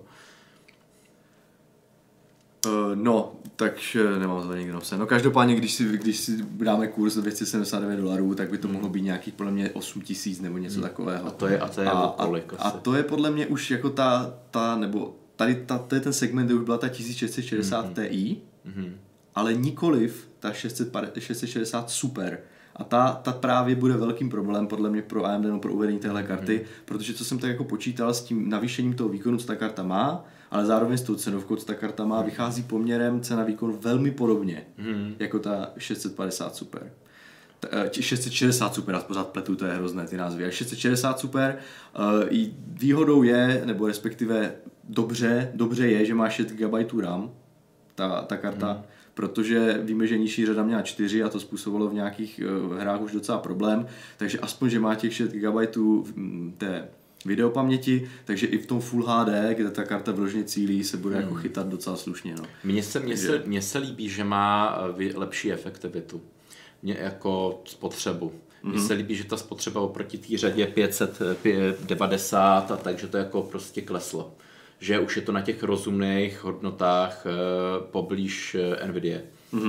No, takže nemám to někde napsané. No každopádně, když si dáme kurz za $279, tak by to mohlo být nějakých podle mě 8 000 nebo něco takového. A to je kolik asi? A to je podle mě už jako to je ten segment, kde už byla ta 1660 Ti, ale nikoliv ta 660 Super. A ta právě bude velkým problém podle mě pro AMD nebo pro uvedení téhle karty, protože co jsem tak jako počítal s tím navýšením toho výkonu, co ta karta má, ale zároveň s tou cenovkou, co ta karta má, vychází poměrem cena výkon velmi podobně, jako ta 650 Super. 660 Super, já pořád pletu, to je hrozné ty názvy, ale 660 Super výhodou je, nebo respektive dobře je, že má 6 GB RAM, ta karta, protože víme, že nižší řada měla 4 a to způsobilo v nějakých hrách už docela problém, takže aspoň, že má těch 6 GB té videopaměti, takže i v tom Full HD, kde ta karta vložně cílí, se bude jako chytat docela slušně. No. Mně se líbí, že má lepší efektivitu, jako spotřebu. Mně se líbí, že ta spotřeba oproti té řadě 590 a takže to jako prostě kleslo. Že už je to na těch rozumných hodnotách poblíž Nvidia.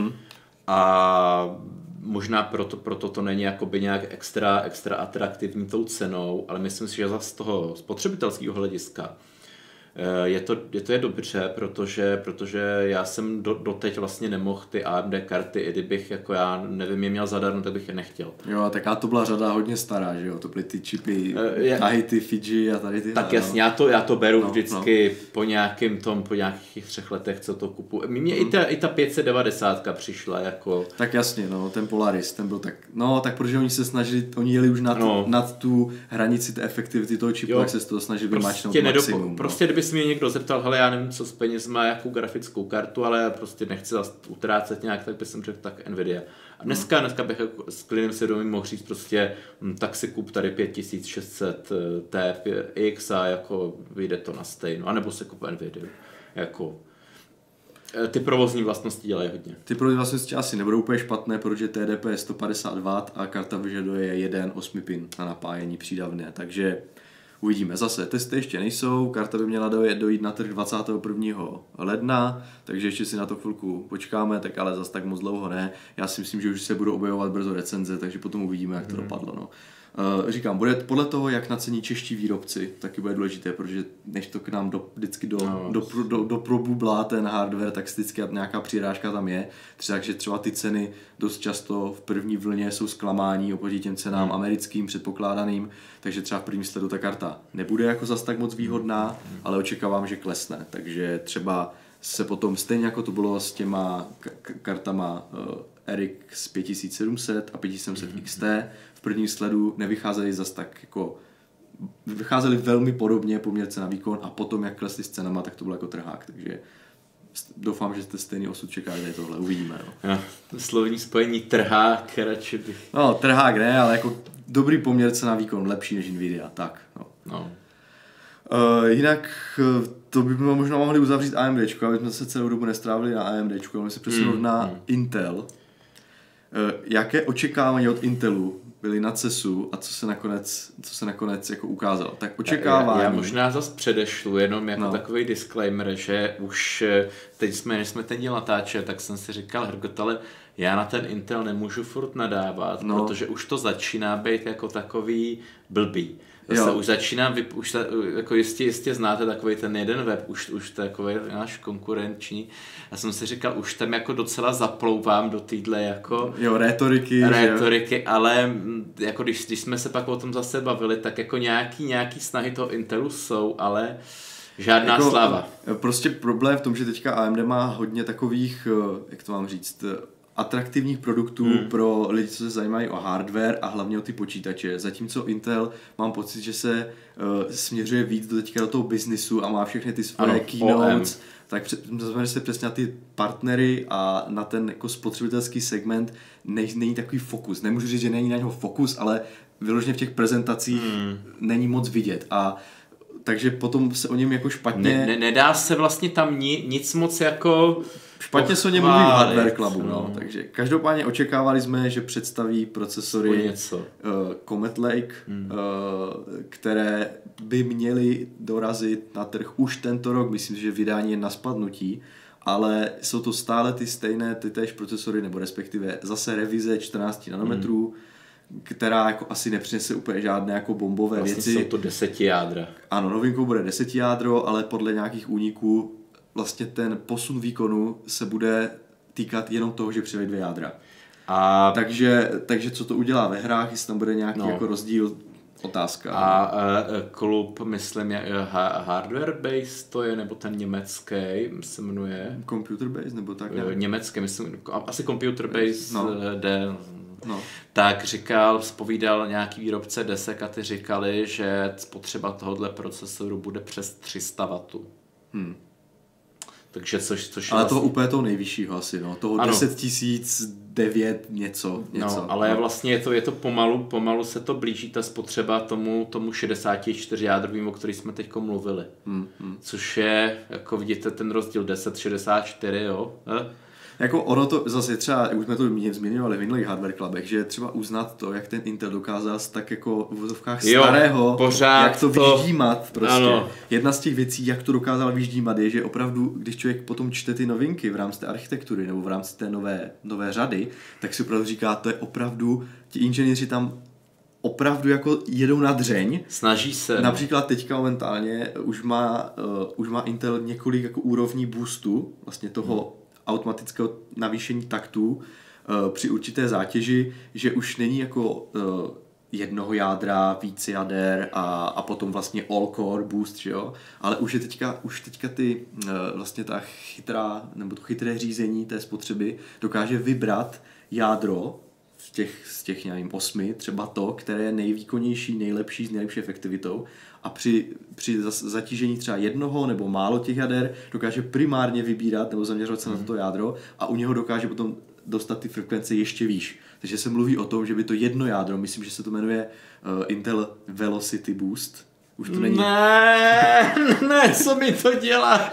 A možná proto to není jakoby nějak extra atraktivní tou cenou, ale myslím si, že z toho spotřebitelského hlediska je to dobře, protože já jsem doteď vlastně nemohl ty AMD karty, i kdybych jako já nevím, je měl zadarmo, tak bych je nechtěl. Jo, tak to byla řada hodně stará, že jo, to byly ty čipy, Tahiti, Fiji a tady ty. Tak jasně, já to beru vždycky po nějakých 3 letech, co to kupu. Mně i ta 590 přišla jako. Tak jasně, no, ten Polaris, ten byl tak, no, tak protože oni jeli už nad tu hranici té efektivity toho čipu, jak se z toho snažili vymáčknout maximum. Prostě kdyby se mě někdo zeptal, hele, já nevím, co s penězma, jakou grafickou kartu, ale já prostě nechci utrácet nějak, tak bych jsem řekl, tak Nvidia. A dneska bych jako s klidným svědomím mohl říct prostě, tak si kup tady 5600 TX a jako vyjde to na stejno, anebo si kup Nvidia. Jako ty provozní vlastnosti dělají hodně. Ty provozní vlastnosti asi nebudou úplně špatné, protože TDP je 150 W a karta vyžaduje 1 8-pin na napájení přídavné, takže uvidíme. Zase testy ještě nejsou, karta by měla dojít na trh 21. ledna, takže ještě si na to chvilku počkáme, tak ale zase tak moc dlouho ne. Já si myslím, že už se budou objevovat brzo recenze, takže potom uvidíme, jak to dopadlo. No. Říkám, bude podle toho, jak nacení čeští výrobci, taky bude důležité, protože než to k nám vždycky do probublá ten hardware, tak vždycky nějaká přirážka tam je. Takže třeba ty ceny dost často v první vlně jsou zklamání oproti těm cenám americkým předpokládaným, takže třeba v prvním sledu ta karta nebude jako zas tak moc výhodná, ale očekávám, že klesne. Takže třeba se potom stejně jako to bylo s těma kartama RX 5700 a 5700 XT, v prvním sledu nevycházely zas tak jako, vycházely velmi podobně poměr cena výkon a potom jak klesly s cenama, tak to bylo jako trhák, takže doufám, že jste stejný osud čeká, že tohle uvidíme. No. Slovní spojení trhák, radši bych... No, trhák ne, ale jako dobrý poměr cena výkon, lepší než Nvidia, tak. No. Jinak to by možná mohli uzavřít AMDčko, aby jsme se celou dobu nestrávili na AMDčku, ale se přesunout na Intel. Jaké očekávání od Intelu byly na CESu a co se nakonec jako ukázalo? Tak očekávání... Já možná zase předešlu jenom jako takový disclaimer, že už teď než jsme ten díl natáčeli, tak jsem si říkal, Hergot, ale já na ten Intel nemůžu furt nadávat, protože už to začíná být jako takový blbý. Zase už začíná, jako jistě znáte takový ten jeden web, už to je takový náš konkurenční. Já jsem si říkal, už tam jako docela zaplouvám do týhle jako... rétoriky, ale jako když jsme se pak o tom zase bavili, tak jako nějaký snahy toho Intelu jsou, ale žádná jako, sláva. Prostě problém v tom, že teďka AMD má hodně takových, jak to mám říct, atraktivních produktů pro lidi, co se zajímají o hardware a hlavně o ty počítače. Zatímco Intel mám pocit, že se směřuje víc teďka do toho biznisu a má všechny ty svoje keynotes, tak zaznamená se přesně na ty partnery a na ten jako spotřebitelský segment není takový fokus. Nemůžu říct, že není na něho fokus, ale vyloženě v těch prezentacích není moc vidět a takže potom se o něm jako špatně... Nedá se vlastně tam nic moc jako... Špatně se o něm mluví v Hardware Clubu, no. Takže každopádně očekávali jsme, že představí procesory Comet Lake, které by měly dorazit na trh už tento rok, myslím, že vydání je na spadnutí, ale jsou to stále ty stejné, ty též procesory, nebo respektive zase revize 14 nanometrů, která jako asi nepřinese úplně žádné jako bombové věci. Jsou to 10 jádra. Ano, novinkou bude 10 jádro, ale podle nějakých úniků vlastně ten posun výkonu se bude týkat jenom toho, že přidají 2 jádra. Takže co to udělá ve hrách, jestli tam bude nějaký jako rozdíl, otázka. A klub, myslím, Hardware Base to je, nebo ten německý se jmenuje? Computer Base, nebo tak? Německý, myslím, asi Computer Base jde... No. Tak zpovídal nějaký výrobce desek a ty říkali, že spotřeba tohohle procesoru bude přes 300 W. Takže což ale toho úplně toho nejvyššího asi, no. Toho 10 009 něco. No, ale vlastně je to pomalu se to blíží ta spotřeba tomu 64 jádrovým, o který jsme teďko mluvili. Což je, jako vidíte, ten rozdíl 10-64, jo. Jako ono to zase třeba, už jsme to zmiňovali v minulých Hardware Clubech, že je třeba uznat to, jak ten Intel dokázal tak jako v uvozovkách starého, jak to vyždímat prostě. Ano. Jedna z těch věcí, jak to dokázal vyždímat, je, že opravdu, když člověk potom čte ty novinky v rámci té architektury nebo v rámci té nové řady, tak si opravdu říká, to je opravdu, ti inženýři tam opravdu jako jedou na dřeň. Snaží se. Například teďka momentálně už má Intel několik jako úrovní boostu, vlastně toho automatického navýšení taktů při určité zátěži, že už není jako jednoho jádra, více jader a potom vlastně all core boost, že jo? Ale už teďka ty vlastně ta chytrá, nebo to chytré řízení té spotřeby dokáže vybrat jádro z těch nějakým 8, třeba to, které je nejvýkonnější, nejlepší, s nejlepší efektivitou a při zatížení třeba jednoho nebo málo těch jader dokáže primárně vybírat nebo zaměřovat se na to jádro a u něho dokáže potom dostat ty frekvence ještě výš. Takže se mluví o tom, že by to jedno jádro, myslím, že se to jmenuje Intel Velocity Boost, Už to není. Ne, co mi to dělá?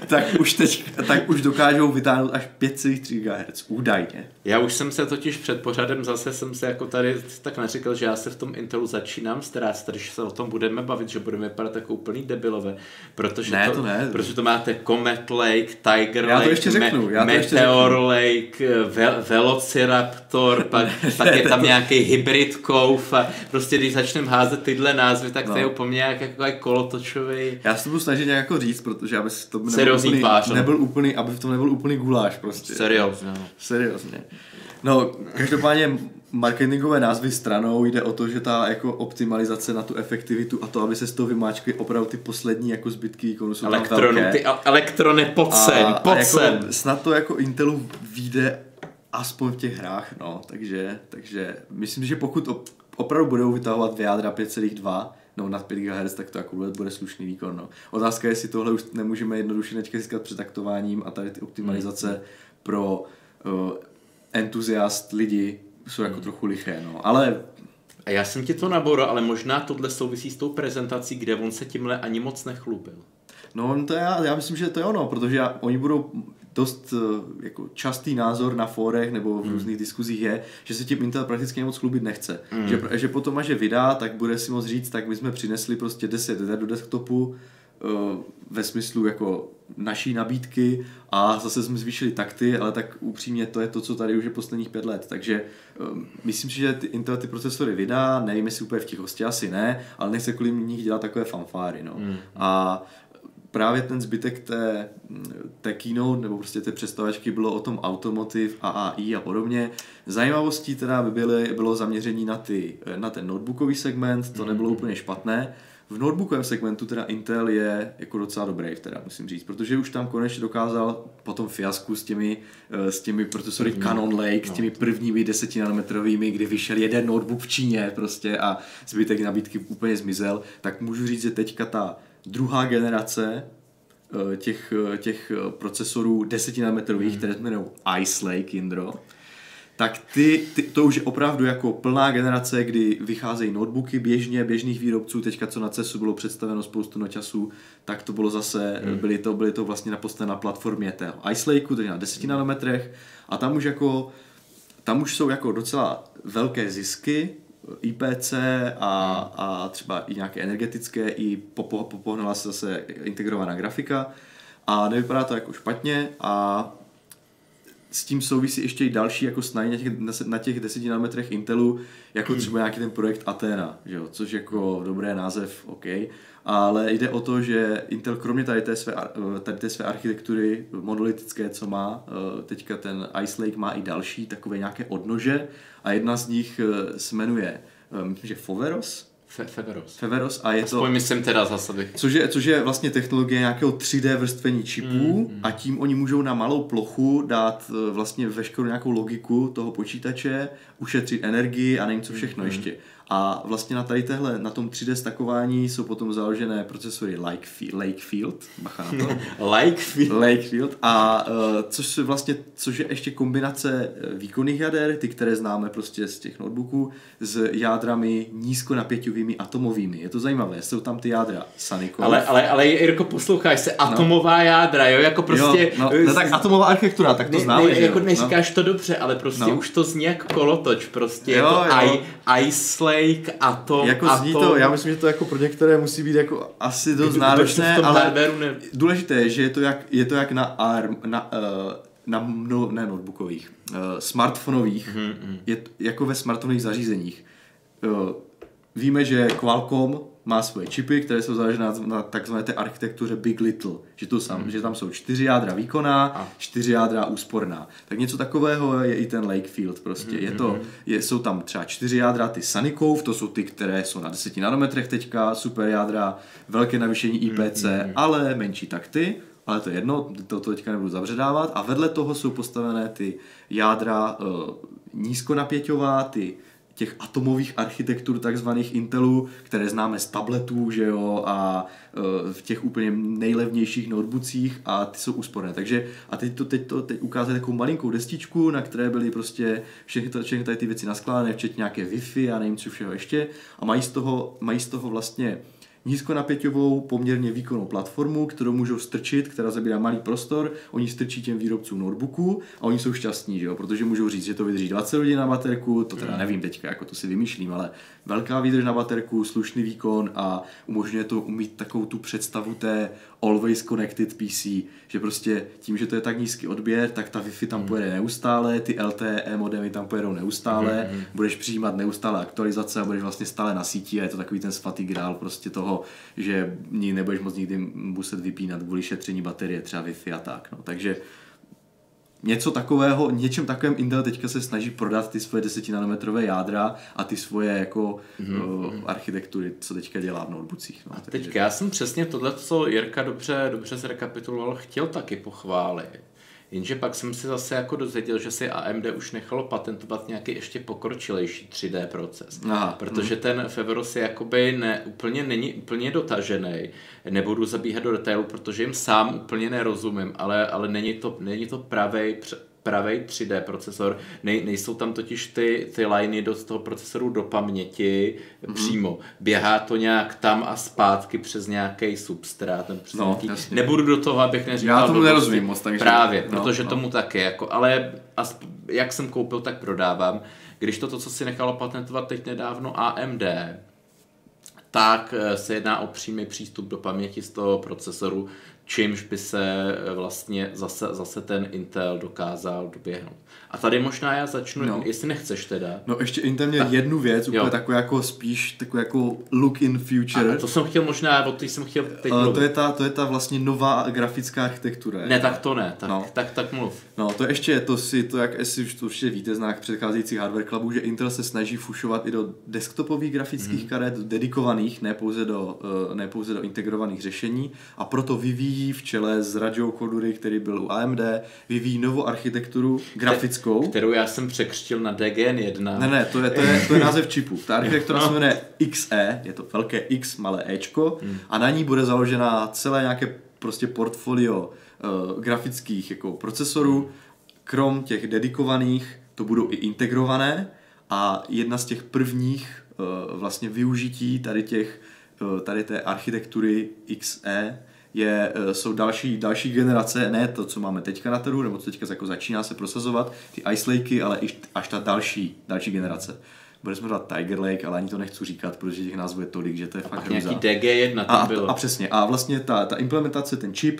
tak už dokážou vytáhnout až 5,3 GHz, údajně. Já už jsem se totiž před pořadem zase jsem se jako tady tak neříkal, že já se v tom Intelu začínám strát, když se o tom budeme bavit, že budeme vypadat jako úplný debilové, protože protože to máte Comet Lake, Tiger Lake, Meteor Lake, Velociraptor, pak je tam nějaký hybrid kouf a prostě když začneme házet tyhle názvy, tak to je úplně jako kolotočový. Já se to budu snažit nějak jako říct, protože aby to nebyl úplný, aby v tom nebyl úplný guláš prostě. Seriózně. No, každopádně marketingové názvy stranou, jde o to, že ta jako optimalizace na tu efektivitu a to, aby se z toho vymáčkly opravdu ty poslední jako zbytky výkonu jsou tam velké. Ty elektrony pod sen. Jako, snad to jako Intelu vyjde aspoň v těch hrách, no, takže myslím, že pokud opravdu budou vytahovat jádra 5,2 no nad 5 GHz, tak to jako bude slušný výkon, no. Otázka je, jestli tohle už nemůžeme jednoduše získat přetaktováním a tady ty optimalizace pro entuziast lidi jsou jako trochu liché, no, ale... A já jsem ti to naboural, ale možná tohle souvisí s tou prezentací, kde on se tímhle ani moc nechlubil. No, to já myslím, že to je ono, protože oni budou dost jako častý názor na fórech nebo v různých diskuzích je, že se tím Intel prakticky moc chlubit nechce. Že potom, až je vydá, tak bude si moc říct, tak my jsme přinesli prostě 10 her do desktopu ve smyslu jako naší nabídky a zase jsme zvýšili takty, ale tak upřímně to je to, co tady už je posledních 5 let. Takže myslím si, že Intel ty procesory vydá, nevím, jestli úplně v tichosti, asi ne, ale nechce kvůli nich dělat takové fanfáry. No. A právě ten zbytek té keynote, nebo prostě té představačky bylo o tom automotive a AI a podobně. Zajímavostí teda bylo zaměření na ten notebookový segment, to nebylo úplně špatné. V notebookovém segmentu teda Intel je jako docela dobrý, teda musím říct, protože už tam konečně dokázal po tom fiasku s těmi procesory Cannon Lake, s těmi prvními 10 nanometrovými, kdy vyšel jeden notebook v Číně prostě a zbytek nabídky úplně zmizel, tak můžu říct, že teďka ta druhá generace těch procesorů 10 nanometrových, které se jmenují Ice Lake Indro, tak to už je opravdu jako plná generace, kdy vycházejí notebooky běžných výrobců, teďka co na CESu bylo představeno spoustu noťasů, tak to bylo zase, byly to vlastně na platformě té Ice Lakeu, tedy na 10 nanometrech a tam už jsou jako docela velké zisky, IPC a třeba i nějaké energetické, i popohnala se zase integrovaná grafika a nevypadá to jako špatně a s tím souvisí ještě i další jako snahy na těch 10 nanometrech Intelu, jako třeba nějaký ten projekt Athena, že jo? Což jako dobré název, OK, ale jde o to, že Intel kromě tady té své architektury monolitické, co má, teďka ten Ice Lake má i další takové nějaké odnože a jedna z nich se jmenuje, myslím, že Foveros a je to... myslím teda zase. Což je vlastně technologie nějakého 3D vrstvení čipů a tím oni můžou na malou plochu dát vlastně veškerou nějakou logiku toho počítače, ušetřit energii a nevím co všechno ještě. A vlastně na tom 3D stakování jsou potom založené procesory Lakefield, bacha na to. Lakefield. A což je ještě kombinace výkonných jader, ty, které známe prostě z těch notebooků, s jádrami nízkonapěťovými atomovými. Je to zajímavé, jsou tam ty jádra Sunnycove. Ale Jirko, posloucháš se, atomová jádra, jo, jako prostě... No, tak atomová architektura, tak to známe, že jako neříkáš to dobře, ale prostě už to zní jak kolotoč, prostě jo. Ice Lake, atom. Jako zní to, já myslím, že to jako pro některé musí být jako asi dost náročné, ale důležité je, že je to jak na ARM, ne notebookových, smartphonových, je jako ve smartphonových zařízeních. Víme, že Qualcomm má svoje čipy, které jsou založené na takzvané té architektuře Big Little, že tam jsou 4 jádra výkonná, 4 jádra úsporná. Tak něco takového je i ten Lakefield prostě. Jsou tam třeba 4 jádra, ty Sunnycove, to jsou ty, které jsou na 10 nanometrech teďka, super jádra, velké navýšení IPC, ale menší takty. Ale to je jedno, to teďka nebudu zabředávat. A vedle toho jsou postavené ty jádra nízkonapěťová, těch atomových architektur takzvaných Intelů, které známe z tabletů, že jo, a v těch úplně nejlevnějších notebookích a ty jsou úsporné. Takže a teď ukázali takovou malinkou destičku, na které byly prostě všechny tady ty věci naskládané, včetně nějaké Wi-Fi a nevím co všeho ještě a mají z toho vlastně nízkonapěťovou, poměrně výkonnou platformu, kterou můžou strčit, která zabírá malý prostor, oni strčí těm výrobcům notebooků a oni jsou šťastní, že jo? Protože můžou říct, že to vydrží 20 hodin na baterku, to teda nevím teďka, jako to si vymýšlím, ale velká výdrž na baterku, slušný výkon a umožňuje to mít takovou tu představu té always connected PC, že prostě tím, že to je tak nízký odběr, tak ta Wi-Fi tam pojede neustále, ty LTE modemy tam pojedou neustále, budeš přijímat neustále aktualizace a budeš vlastně stále na síti a je to takový ten svatý grál prostě toho, že nebudeš moc nikdy muset vypínat kvůli šetření baterie, třeba Wi-Fi a tak. No. Takže něčem takovém Intel teďka se snaží prodat ty svoje 10 nanometrové jádra a ty svoje jako architektury, co teďka dělá v notebookích. No. A teďka já jsem přesně tohle, co Jirka dobře zrekapituloval, chtěl taky pochválit. Jenže pak jsem si zase jako dozvěděl, že si AMD už nechalo patentovat nějaký ještě pokročilejší 3D proces. Aha, protože ten Foveros je jakoby není úplně dotažený. Nebudu zabíhat do detailu, protože jim sám úplně nerozumím, ale není to pravej 3D procesor. Nejsou tam totiž ty liney do toho procesoru do paměti přímo. Běhá to nějak tam a zpátky přes nějaký substrát. Nebudu do toho, abych neříkal. Já tomu nerozumím moc. Takže... Právě, protože tomu taky. Jako, ale jak jsem koupil, tak prodávám. Když to, co si nechalo patentovat teď nedávno AMD, tak se jedná o přímý přístup do paměti z toho procesoru, čímž by se vlastně zase ten Intel dokázal doběhnout. A tady možná já začnu, jestli nechceš teda. No ještě Intel měl jednu věc, úplně takovou jako spíš takovou jako look in future. A to jsem chtěl možná, o té jsem chtěl teď mluvit. To je ta vlastně nová grafická architektura. Ne, tak to ne, tak mluv. No to ještě, jak jestli už to určitě víte z nějakých předcházejících hardware clubů, že Intel se snaží fušovat i do desktopových grafických karet, dedikovaných, ne pouze do integrovaných řešení a proto vyvíjí v čele s Rajou Kodury, který byl u AMD, vyvíjí novou architekturu grafickou. Kterou já jsem překřtil na DGN1. Ne, to je název čipu. Ta architektura se jmenuje XE, je to velké X, malé Ečko a na ní bude založena celé nějaké prostě portfolio grafických jako procesorů. Krom těch dedikovaných, to budou i integrované a jedna z těch prvních vlastně využití tady té architektury XE jsou další generace, ne to, co máme teďka na trhu, nebo co teďka jako začíná se prosazovat, ty Ice Lakey, ale až ta další generace. Bude se jmenovat Tiger Lake, ale ani to nechci říkat, protože těch názvů je tolik, že to je fakt hrůza. Nějaký DG1 tam bylo. A přesně. A vlastně ta implementace, ten čip,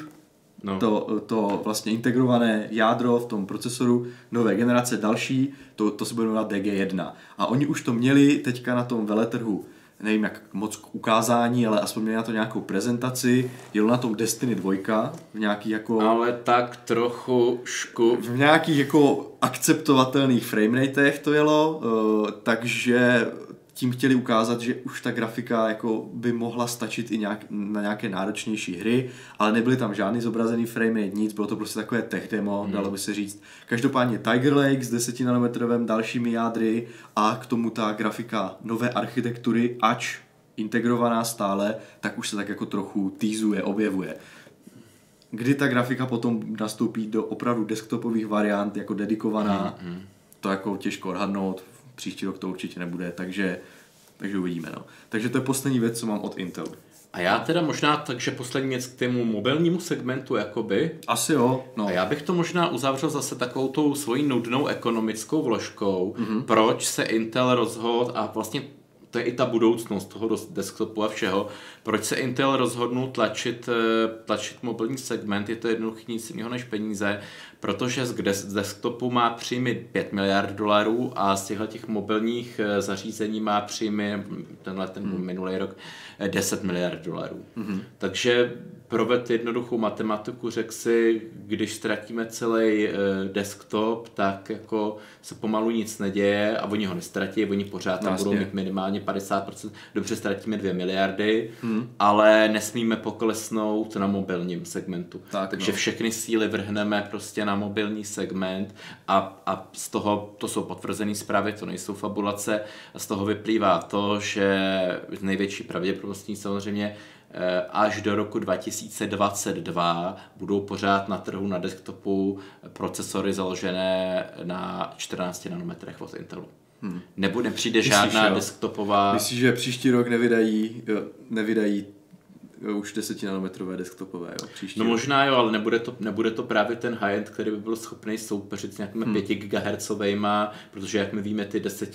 to vlastně integrované jádro v tom procesoru, nové generace, další, to se bude jmenovat DG1. A oni už to měli teďka na tom veletrhu, nevím jak moc k ukázání, ale aspoň měli na to nějakou prezentaci, jelo na tom Destiny 2 v nějaký jako... Ale tak trochu v nějakých jako akceptovatelných frameratech to jelo, takže tím chtěli ukázat, že už ta grafika jako by mohla stačit i na nějaké náročnější hry, ale nebyly tam žádný zobrazený framerate, nic, bylo to prostě takové tech demo, dalo by se říct. Každopádně Tiger Lake s 10 nanometrovým dalšími jádry a k tomu ta grafika nové architektury, ač integrovaná stále, tak už se tak jako trochu teasuje, objevuje. Kdy ta grafika potom nastoupí do opravdu desktopových variant jako dedikovaná, to jako těžko odhadnout, příští rok to určitě nebude, takže uvidíme. No. Takže to je poslední věc, co mám od Intelu. A já teda možná, takže poslední věc k tému mobilnímu segmentu, jakoby. Asi jo. No. A já bych to možná uzavřel zase takovou tou svojí nudnou ekonomickou vložkou, proč se Intel rozhodl, a vlastně to je i ta budoucnost toho desktopu a všeho, proč se Intel rozhodnul tlačit mobilní segment, je to jednoduchý, nic jiného než peníze, protože z desktopu má příjmy 5 miliard dolarů a z těch mobilních zařízení má příjmy ten minulý rok 10 miliard dolarů. Takže proved jednoduchou matematiku, řekl si, když ztratíme celý desktop, tak jako se pomalu nic neděje a oni ho nestratí, oni pořád tam budou mít minimálně 50%, dobře ztratíme 2 miliardy, ale nesmíme poklesnout na mobilním segmentu. Takže všechny síly vrhneme prostě na mobilní segment a z toho, to jsou potvrzené zprávy, to nejsou fabulace, a z toho vyplývá to, že největší pravděpodobností samozřejmě až do roku 2022 budou pořád na trhu na desktopu procesory založené na 14 nanometrech od Intelu. Nepřijde žádná desktopová... Myslíš, že příští rok nevydají už 10 nanometrové desktopové, jo? Příští no rok. Možná jo, ale nebude to právě ten high-end, který by byl schopný soupeřit s nějakými 5 GHz, protože jak my víme, ty 10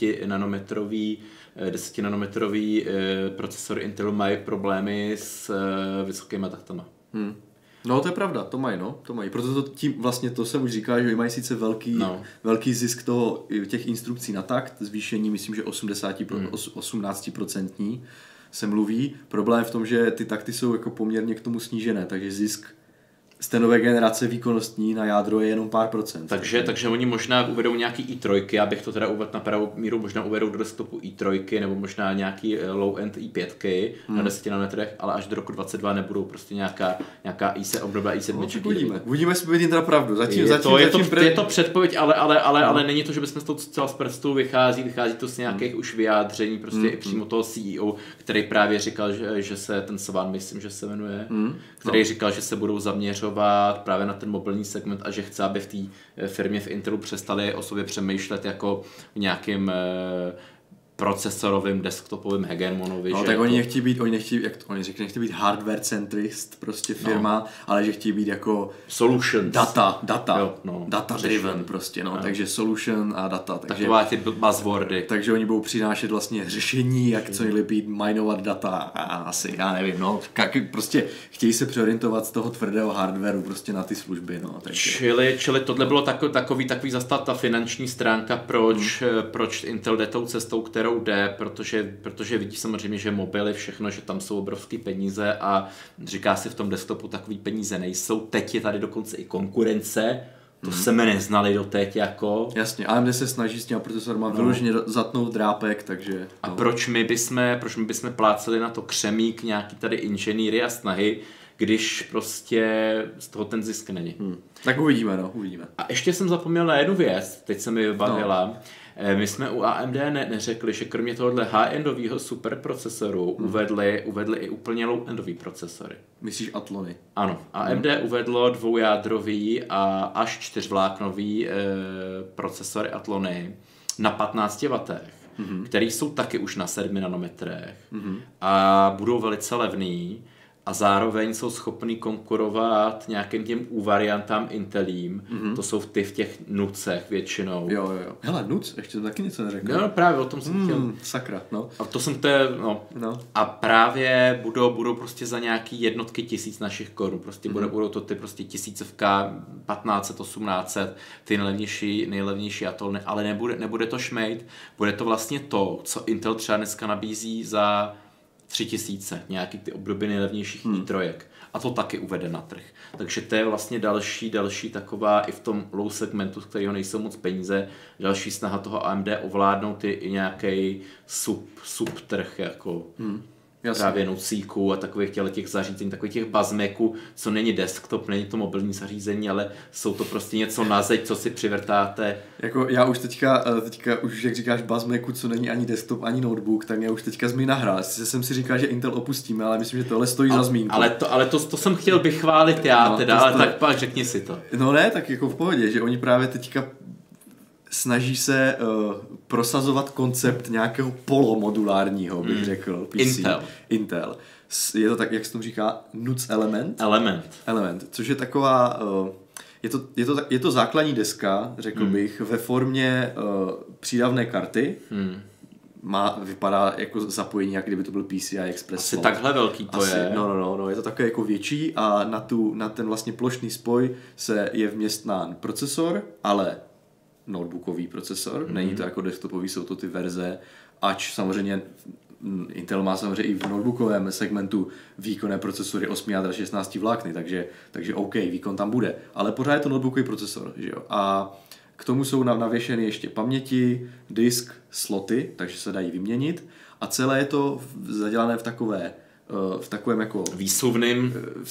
nanometrový procesory Intelu mají problémy s vysokýma taktama. No to je pravda, to mají. Proto to se už říká, že mají sice velký zisk těch instrukcí na takt, zvýšení myslím, že 18% se mluví. Problém v tom, že ty takty jsou jako poměrně k tomu snížené, takže zisk z té nové generace výkonnostní na jádro je jenom pár procent. Takže oni možná uvedou nějaký i3, já bych to teda uvedl na pravou míru, možná uvedou do desktopu i3 nebo možná nějaký low-end i5 na 10 nanometrech, ale až do roku 2022 nebudou prostě nějaká obdoba i7. Uvidíme, jestli bude teda pravdu. Je to předpověď, ale není to, že bychom s tou celá z prstů vychází to z nějakých už vyjádření, prostě i přímo toho CEO, který právě říkal, že se ten Svan, myslím, že se jmenuje, který říkal, že se budou zaměřovat právě na ten mobilní segment a že chce, aby v té firmě v Intelu přestali o sobě přemýšlet jako v nějakým procesorovým desktopovým hegemonovi. No, tak oni nechtějí být hardware centrist prostě firma, ale že chtějí být jako solutions. Data driven prostě, takže solution a data. Taková ty buzzwordy. Takže oni budou přinášet vlastně řešení, jak co nejlépe minovat data a asi, já nevím, prostě chtějí se přeorientovat z toho tvrdého hardwareu prostě na ty služby, takže. Čili tohle bylo takový zase ta finanční stránka, proč Intel jde tou cestou, kterou jde, protože vidí samozřejmě, že mobily, všechno, že tam jsou obrovské peníze a říká si v tom desktopu takový peníze nejsou. Teď je tady dokonce i konkurence, to jsme neznali doteď jako. Jasně, AMD se snaží s těma procesorama vyloženě zatnout drápek, takže. A proč my bychom pláceli na to křemík nějaký tady inženýry a snahy, když prostě z toho ten zisk není. Tak uvidíme. A ještě jsem zapomněl na jednu věc, teď se mi vybavila. My jsme u AMD neřekli, že kromě tohohle high-endového superprocesoru uvedli i úplně low-endový procesory. Myslíš Atlony? Ano. AMD uvedlo dvoujádrový a až 4vláknový procesory Atlony na 15 W, který jsou taky už na 7 nanometrech a budou velice levný. A zároveň jsou schopný konkurovat nějakým těm variantám Intelím. To jsou ty v těch nucech většinou. Jo. Hele, nuc, ještě to taky něco neřekl. No, právě o tom jsem chtěl. Sakra, no. A to jsem A právě budou prostě za nějaký jednotky tisíc našich korun. Prostě budou to ty prostě tisícovka, 1500, 1800, ty nejlevnější Atlony, ale nebude to šmejt. Bude to vlastně to, co Intel třeba dneska nabízí za 3000, nějaký ty obdoby nejlevnějších i3. A to taky uvede na trh. Takže to je vlastně další taková i v tom low segmentu, z kterého nejsou moc peníze, další snaha toho AMD ovládnout i nějaký subtrh jako právě nocíků a takových těch zařízení, takových těch bazmeků, co není desktop, není to mobilní zařízení, ale jsou to prostě něco na zeď, co si přivrtáte. Jako já už teďka už jak říkáš bazmeku, co není ani desktop, ani notebook, tak mě už teďka zmína hra. Jsem si říkal, že Intel opustíme, ale myslím, že tohle stojí za zmínku. Ale to jsem chtěl bych chválit já ale tak pak řekni si to. No ne, tak jako v pohodě, že oni právě teďka snaží se prosazovat koncept nějakého polomodulárního, bych řekl, PC. Intel. Je to tak, jak se tomu říká, NUC Element, což je taková, je to základní deska, řekl bych, ve formě přídavné karty. Vypadá jako zapojení, jak kdyby to byl PCI Express. Asi takhle velký to je. No, je to také jako větší a na ten vlastně plošný spoj je vměstnán procesor, ale notebookový procesor, není to jako desktopový, jsou to ty verze, ač samozřejmě Intel má samozřejmě i v notebookovém segmentu výkonné procesory 8 jádra 16 vlákny, takže OK, výkon tam bude, ale pořád je to notebookový procesor, že jo? A k tomu jsou navěšeny ještě paměti, disk, sloty, takže se dají vyměnit a celé je to zadělané v takovém jako výsuvným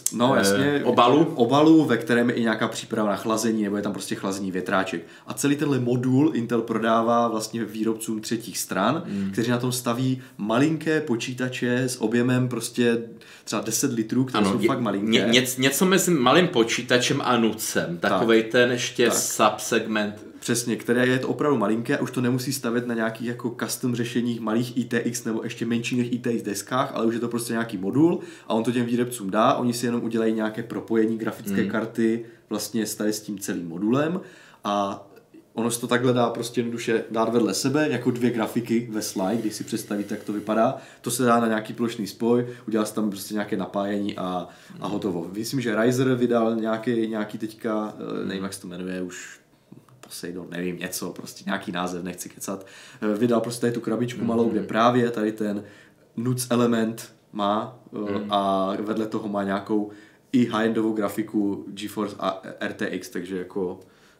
obalu, ve kterém je i nějaká příprava na chlazení, nebo je tam prostě chlazení větráček. A celý tenhle modul Intel prodává vlastně výrobcům třetích stran, kteří na tom staví malinké počítače s objemem prostě třeba 10 litrů, které jsou fakt malinké. Něco mezi malým počítačem a nucem. Takovej ten ještě subsegment. Přesně, které je to opravdu malinké a už to nemusí stavět na nějakých jako custom řešeních malých ITX nebo ještě menších než ITX deskách, ale už je to prostě nějaký modul a on to těm výrobcům dá, oni si jenom udělají nějaké propojení grafické karty vlastně tady s tím celým modulem a ono se to takhle dá prostě jednoduše dát vedle sebe, jako dvě grafiky ve slide, když si představíte, jak to vypadá. To se dá na nějaký plošný spoj, udělá se tam prostě nějaké napájení a hotovo. Myslím, že Riser vydal nějaký teďka, nevím, jak se to jmenuje, už Poseidon, nevím, něco, prostě nějaký název, nechci kecat. Vydal prostě tady tu krabičku malou, kde právě tady ten NUC element má a vedle toho má nějakou i high-endovou grafiku GeForce a RTX, takže jako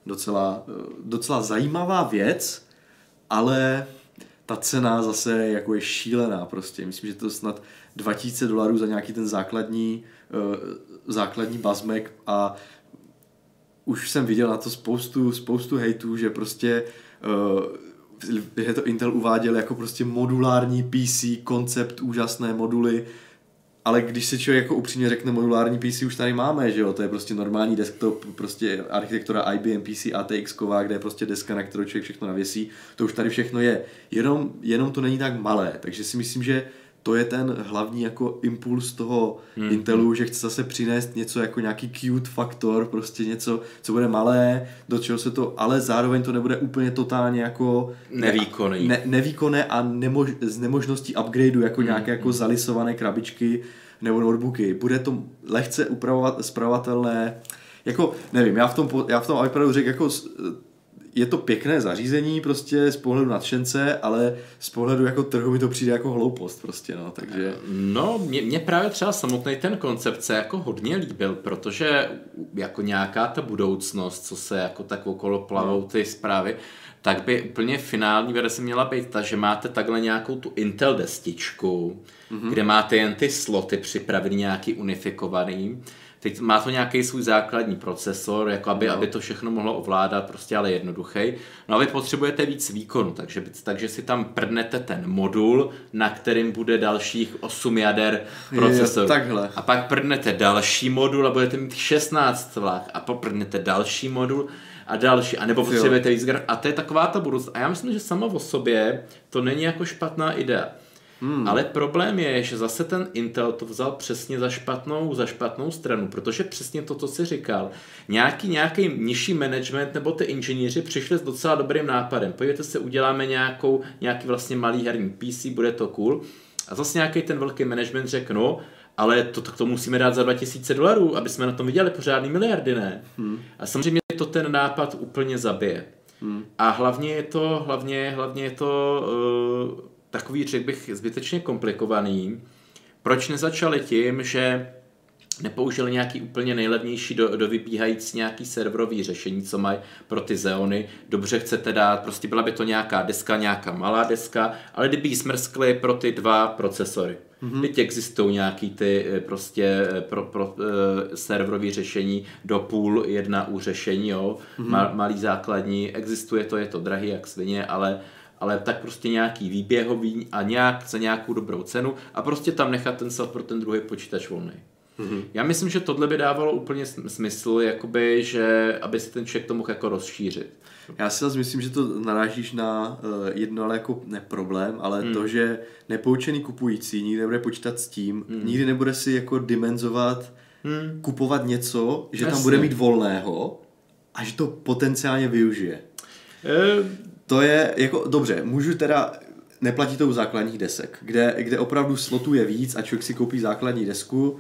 docela zajímavá věc, ale ta cena zase jako je šílená prostě. Myslím, že to je snad $2000 za nějaký ten základní bazmek a už jsem viděl na to spoustu hejtů, že prostě že to Intel uváděl jako prostě modulární PC, koncept, úžasné moduly, ale když se člověk jako upřímně řekne modulární PC už tady máme, že jo, to je prostě normální desktop, prostě architektura IBM PC ATX-ková, kde je prostě deska, na kterou člověk všechno navěsí, to už tady všechno je, jenom to není tak malé, takže si myslím, že to je ten hlavní jako impuls toho Intelu, že chce zase přinést něco jako nějaký cute faktor, prostě něco, co bude malé, do čeho se to, ale zároveň to nebude úplně totálně jako nevýkonné a z nemožností upgradeu jako nějaké jako zalisované krabičky nebo notebooky. Bude to lehce spravovatelné, jako nevím, já v tom iPadu řekl jako je to pěkné zařízení prostě z pohledu nadšence, ale z pohledu jako trhu mi to přijde jako hloupost prostě, no, takže... No, mě právě třeba samotný ten koncept se jako hodně líbil, protože jako nějaká ta budoucnost, co se jako tak okolo plavou ty zprávy, tak by úplně finální verze měla být ta, že máte takhle nějakou tu Intel destičku, kde máte jen ty sloty připravený nějaký unifikovaný. Teď má to nějaký svůj základní procesor, jako aby to všechno mohlo ovládat, prostě ale jednoduchý. No a vy potřebujete víc výkonu, takže si tam prdnete ten modul, na kterým bude dalších 8 jader procesoru. A pak prdnete další modul a budete mít 16 vlák a poprdnete další modul a další, anebo potřebujete víc. A to je taková ta budoucnost. A já myslím, že sama o sobě to není jako špatná idea. Ale problém je, že zase ten Intel to vzal přesně za špatnou stranu, protože přesně to, co jsi říkal, nějaký nižší management nebo ty inženýři přišli s docela dobrým nápadem. Podívejte se, uděláme nějaký vlastně malý herní PC, bude to cool. A zase nějaký ten velký management řekl, no, ale to musíme dát za $2000, aby jsme na tom viděli pořádný miliardy, ne? A samozřejmě to ten nápad úplně zabije. A hlavně je to takový, řekl bych, zbytečně komplikovaný. Proč nezačali tím, že nepoužili nějaký úplně nejlevnější do vypíhající nějaký serverový řešení, co mají pro ty Xeony. Dobře chcete dát, prostě byla by to nějaká deska, nějaká malá deska, ale kdyby jí smrskli pro ty 2 procesory. Teď existují nějaký ty prostě pro serverový řešení do půl 1 u řešení, jo. Malý základní, existuje to, je to drahý jak svině, ale tak prostě nějaký výběhový a za nějakou dobrou cenu a prostě tam nechat ten slot pro ten druhý počítač volný. Já myslím, že tohle by dávalo úplně smysl, jakoby, že aby si ten člověk to mohl jako rozšířit. Já si zase myslím, že to narážíš na jedno, ale jako neproblém, ale to, že nepoučený kupující nikdy nebude počítat s tím, nikdy nebude si jako dimenzovat, kupovat něco, že tam bude mít volného a že to potenciálně využije. To je jako, dobře, můžu teda, neplatí to u základních desek, kde opravdu slotů je víc a člověk si koupí základní desku,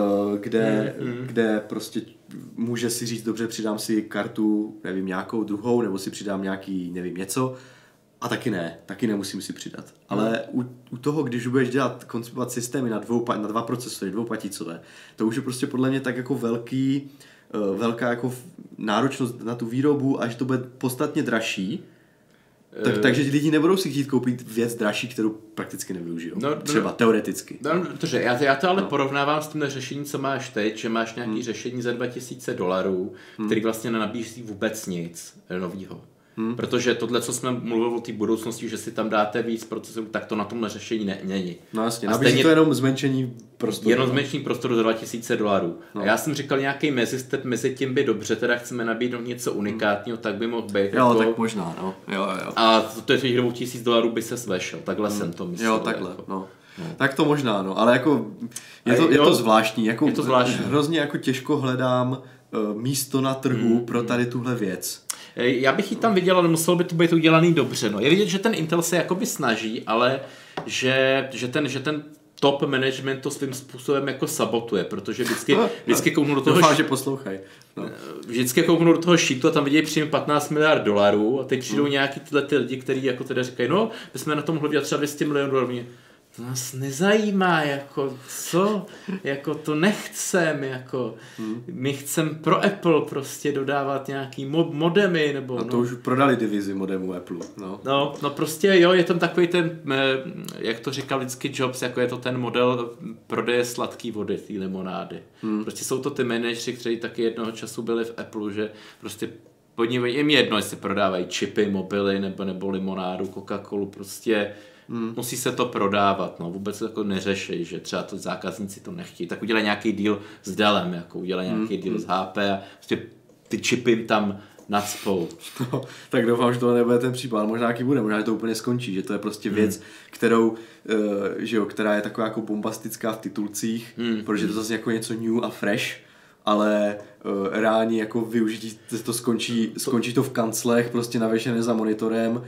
kde prostě může si říct, dobře, přidám si kartu, nevím, nějakou druhou, nebo si přidám nějaký, nevím, něco, a taky nemusím si přidat. Ale u toho, když budeš koncipovat systémy na 2 procesory, 2paticové, to už je prostě podle mě tak jako velká jako náročnost na tu výrobu a že to bude podstatně dražší. Takže lidi nebudou si chtít koupit věc dražší, kterou prakticky nevyužijou. Třeba teoreticky. Já to ale porovnávám s tím řešením, co máš teď, že máš nějaké řešení za $2000, který vlastně nenabízí vůbec nic novýho. Protože tohle, co jsme mluvili o té budoucnosti, že si tam dáte víc procesorů, tak to na tomhle řešení není. No jasně, nabízí to jenom zmenšení prostoru. Jenom zmenšení prostoru za $2000. No. A já jsem říkal, nějaký mezistep mezi tím by dobře, teda chceme nabídnout něco unikátního, tak by mohl být. Jo, tak možná, no. Jo. A to je těch $2000 by se svešel, takhle jsem to myslel. Jo, takhle, jako. No. Tak to možná, no, ale jako je to zvláštní, jako je to zvláštní. Hrozně jako těžko hledám místo na trhu pro tady tuhle věc. Já bych ji tam viděl, ale muselo by to být udělaný dobře. No. Je vidět, že ten Intel se jakoby snaží, ale že ten top management to svým způsobem jako sabotuje, protože vždycky kouknu do toho... Doufám, že poslouchaj. No. Vždycky kouknu do toho sheetu a tam vidějí příjem $15 miliard a teď přijdou nějaký tyhle ty lidi, kteří jako teda říkají, no, my jsme na tom mohli dělat třeba $200 milionů. To nás nezajímá, jako co, jako to nechcem, jako my chcem pro Apple prostě dodávat nějaký modemy, nebo... A to už prodali divizi modemu Apple, no. No prostě jo, je tam takový ten, jak to říkal vždycky Jobs, jako je to ten model prodeje sladký vody, té limonády. Prostě jsou to ty manažři, kteří taky jednoho času byli v Apple, že prostě podívej, jim jedno, jestli prodávají čipy, mobily, nebo limonádu, Coca-Colu, prostě... Musí se to prodávat, no, vůbec to jako neřešej, že třeba to zákazníci to nechtějí, tak udělej nějaký deal s Dellem, jako udělej nějaký deal s HP a prostě ty čipy tam nacpou. No, tak doufám, že to nebude ten případ, možná jaký bude, možná to úplně skončí, že to je prostě věc, kterou, že jo, která je taková jako bombastická v titulcích, protože to zase jako něco new a fresh, ale reálně jako využití to skončí to v kanclech, prostě navěšené za monitorem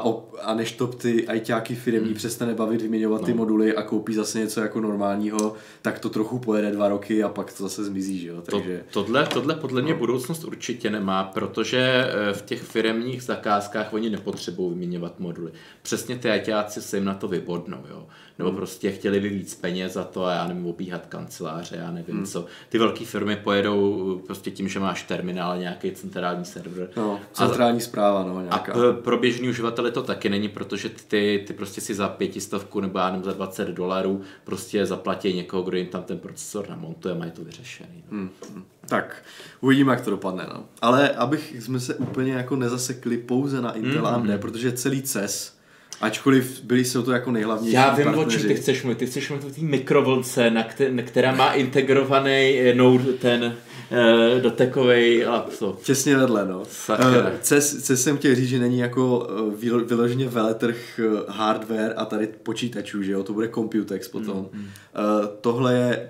a než to ty ajťáky firemní přestane bavit vyměňovat ty moduly a koupí zase něco jako normálního, tak to trochu pojede 2 roky a pak to zase zmizí, že jo. Takže... Tohle podle mě budoucnost určitě nemá, protože v těch firemních zakázkách oni nepotřebují vyměňovat moduly. Přesně ty ajťáci se jim na to vybodnou, jo. Nebo prostě chtěli by víc peněz za to a já nevím, obíhat kanceláře, já nevím co. Ty velké firmy pojedou prostě tím, že máš terminál, nějaký centrální server. No, centrální správa, no, nějaká. A pro běžný uživatele to taky není, protože ty prostě si za 500 nebo já nevím, za $20 prostě zaplatí někoho, kdo jim tam ten procesor namontuje a mají to vyřešený. No. Tak, uvidíme, jak to dopadne, no. Ale jsme se úplně jako nezasekli pouze na Intel AMD, protože celý CES, ačkoliv jsou to jako nejhlavnější partneři. Já vím, o čem ty chceš mluvit. Ty chceš mluvit o té mikrovlnce, která má integrovaný ten dotekový laptop. Těsně vedle, no. CES jsem chtěl říct, že není jako vyloženě veletrh hardware a tady počítačů, že jo, to bude Computex potom. Tohle je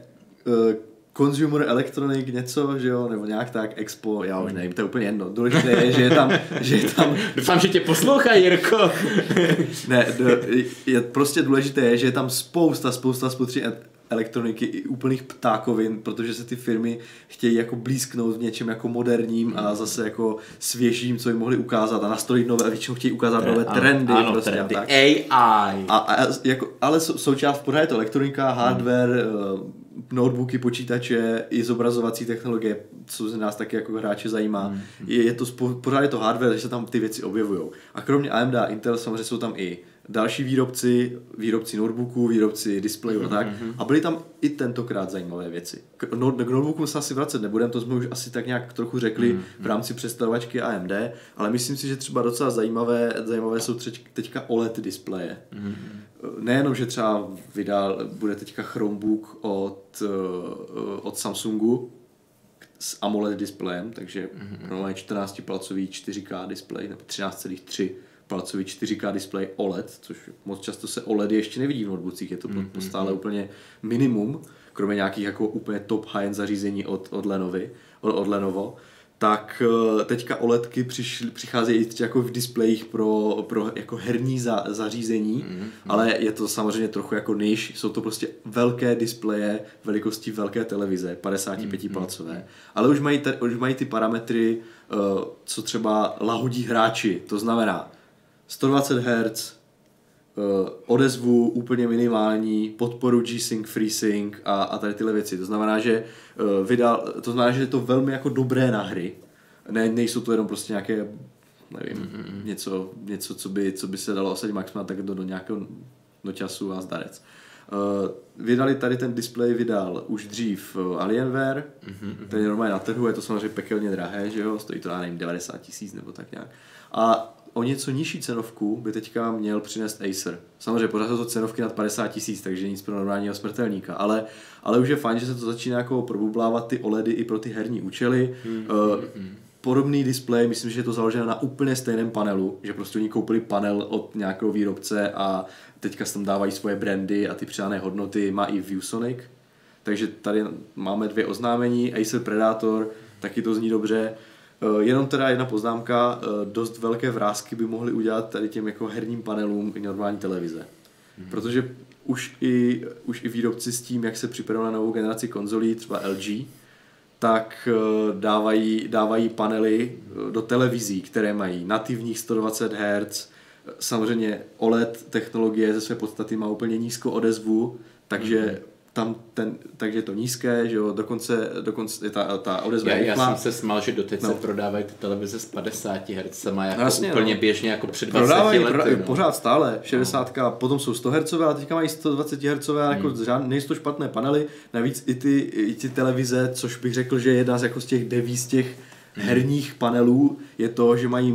Consumer Electronic něco, že jo, nebo nějak tak, Expo, já už nevím, to je úplně jedno. Důležité je, že je tam... Doufám, že tě poslouchají, Jirko. Ne, je prostě důležité je, že je tam spousta spotřeby elektroniky i úplných ptákovin, protože se ty firmy chtějí jako blízknout v něčem jako moderním a zase jako svěžím, co jim mohli ukázat a nastolit nové, a většinou chtějí ukázat nové trendy. Ano, prostě trendy, tak. AI. Ale součást pořád je to elektronika, hardware, notebooky, počítače i zobrazovací technologie, co se nás taky jako hráče zajímá. Pořád je to hardware, že se tam ty věci objevujou. A kromě AMD a Intel samozřejmě jsou tam i další výrobci notebooků, výrobci displejů a tak. A byly tam i tentokrát zajímavé věci. K notebookům se asi vracet nebudeme, to jsme už asi tak nějak trochu řekli v rámci představovačky AMD, ale myslím si, že třeba docela zajímavé jsou teďka OLED displeje. Nejenom, že třeba bude teďka Chromebook od Samsungu s AMOLED displejem, takže normálně 14-palcový 4K displej, nebo 13,3 palcový 4K displej OLED, což moc často se OLED ještě nevidí v notebookích, je to stále úplně minimum, kromě nějakých jako úplně top high-end zařízení od Lenovo, tak teďka OLEDky přicházejí jako v displejích pro jako herní zařízení, ale je to samozřejmě trochu jako niche, jsou to prostě velké displeje velikosti velké televize, 55 palcové, ale už mají ty parametry, co třeba lahodí hráči, to znamená 120 Hz, odezvu úplně minimální, podporu G-Sync, FreeSync a tady tyhle věci. To znamená, že je to velmi jako dobré na hry. Nejsou to jenom prostě nějaké, nevím, něco co by se dalo osadit maximálně tak do nějakého času a zdarec. Vydali tady ten displej, vydal už dřív Alienware, ten je normálně na trhu, je to samozřejmě pekelně drahé, že jo, stojí to, já nevím, 90 000 nebo tak nějak. A o něco nižší cenovku by teďka měl přinést Acer. Samozřejmě pořád jsou to cenovky nad 50 000, takže nic pro normálního smrtelníka, ale už je fajn, že se to začíná jako probublávat ty OLEDy i pro ty herní účely. Podobný displej, myslím, že je to založeno na úplně stejném panelu, že prostě oni koupili panel od nějakého výrobce a teďka se tam dávají svoje brandy a ty přidané hodnoty, má i ViewSonic. Takže tady máme 2 oznámení, Acer Predator, taky to zní dobře. Jenom teda jedna poznámka, dost velké vrásky by mohly udělat tady těm jako herním panelům i normální televize. Protože už i výrobci s tím, jak se připravují na novou generaci konzolí, třeba LG, tak dávají panely do televizí, které mají nativních 120 Hz. Samozřejmě OLED technologie ze své podstaty má úplně nízkou odezvu, takže takže je to nízké, že jo, dokonce je ta odezva já jsem se smál, že doteď se prodávají ty televize z 50 Hz jako jasně, úplně běžně jako před 20 lety. Pořád stále, 60, potom jsou 100 Hz a teďka mají 120 Hz jako nejsou špatné panely, navíc i ty televize, což bych řekl, že jedna z těch devíz těch herních panelů je to, že mají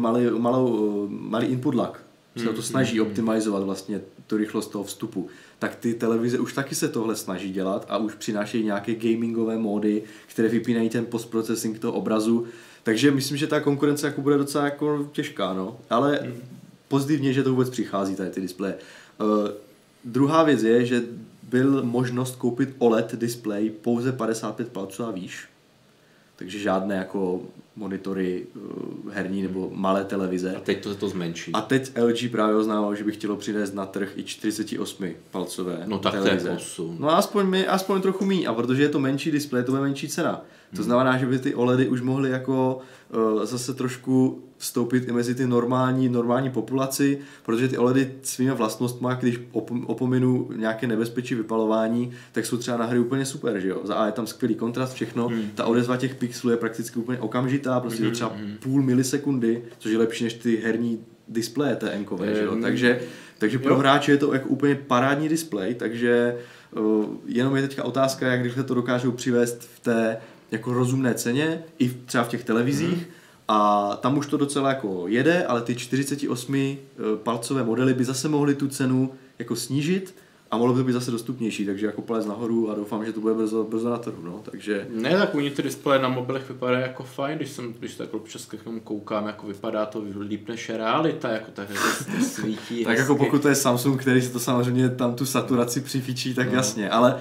malý input lag. Se to snaží optimalizovat vlastně tu rychlost toho vstupu. Tak ty televize už taky se tohle snaží dělat a už přinášejí nějaké gamingové módy, které vypínají ten postprocessing toho obrazu. Takže myslím, že ta konkurence jako bude docela jako těžká, no. Ale pozitivně, že to vůbec přichází tady ty displeje. Druhá věc je, že byl možnost koupit OLED display pouze 55 palců a výš. Takže žádné jako monitory herní nebo malé televize. A teď to zmenší. A teď LG právě oznámilo, že by chtělo přinést na trh i 48 palcové no tak televize. To je posun. No aspoň trochu míň, a protože je to menší displej, to bude menší cena. To znamená, že by ty OLEDy už mohly jako zase trošku vstoupit i mezi ty normální populaci, protože ty OLEDy svými vlastnostmi, když opominu nějaké nebezpečí vypalování, tak jsou třeba na hry úplně super, že jo. Za A je tam skvělý kontrast, všechno, ta odezva těch pixelů je prakticky úplně okamžitá, prostě to třeba půl milisekundy, což je lepší než ty herní displeje TN-kové, že jo. Takže pro hráče je to jako úplně parádní displej, takže jenom je teďka otázka, jak rychle to dokážou přivést v té jako rozumné ceně, i třeba v těch televizích. A tam už to docela jako jede, ale ty 48 palcové modely by zase mohly tu cenu jako snížit a mohlo by to být zase dostupnější, takže jako palec nahoru a doufám, že to bude brzo na trhu, no, takže... Ne, tak u ní ty displeje na mobilech vypadá jako fajn, když tak občas koukám, jako vypadá to líp než je realita, jako tak jako to svítí. Tak jako pokud to je Samsung, který si to samozřejmě tam tu saturaci přifíčí, tak jasně, ale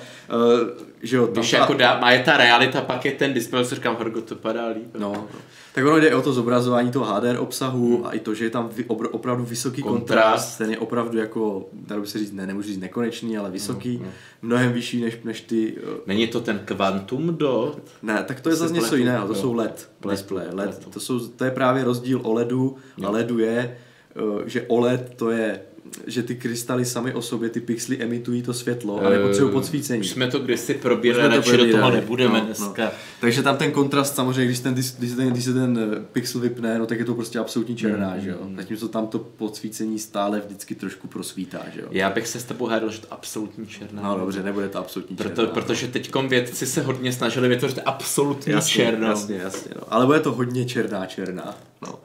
že jo... Když jako má je ta realita, pak je ten displej, co říkám, Horgo, to padá líp. No. Tak ono jde o to zobrazování toho HDR obsahu a i to, že je tam opravdu vysoký kontrast, ten je opravdu jako, dalo by se říct, nemůžu říct nekonečný, ale vysoký, mnohem vyšší než ty... Není to ten Quantum Dot? Ne, tak to je zase něco jiného, to jsou LED displeje. To je právě rozdíl OLEDu a LEDu je, že OLED to je, že ty krystaly samy o sobě, ty pixely emitují to světlo a nepotřebují podsvícení. Už jsme to kdysi probírali, takže do toho nebudeme dneska. No. Takže tam ten kontrast samozřejmě, když se ten pixel vypne, no tak je to prostě absolutní černá, že jo. Zatímco tam to podsvícení stále vždycky trošku prosvítá, že jo. Já bych se s tebou hádal, že to absolutní černá. No dobře, nebude to absolutní černá. Protože teďkom vědci se hodně snažili vytvořit absolutní černou. Jasně, no. Ale bude to hodně černá. No.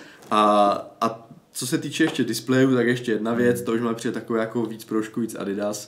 A co se týče ještě displejů, tak ještě jedna věc, to už má přijde takové jako víc proužku, víc Adidas.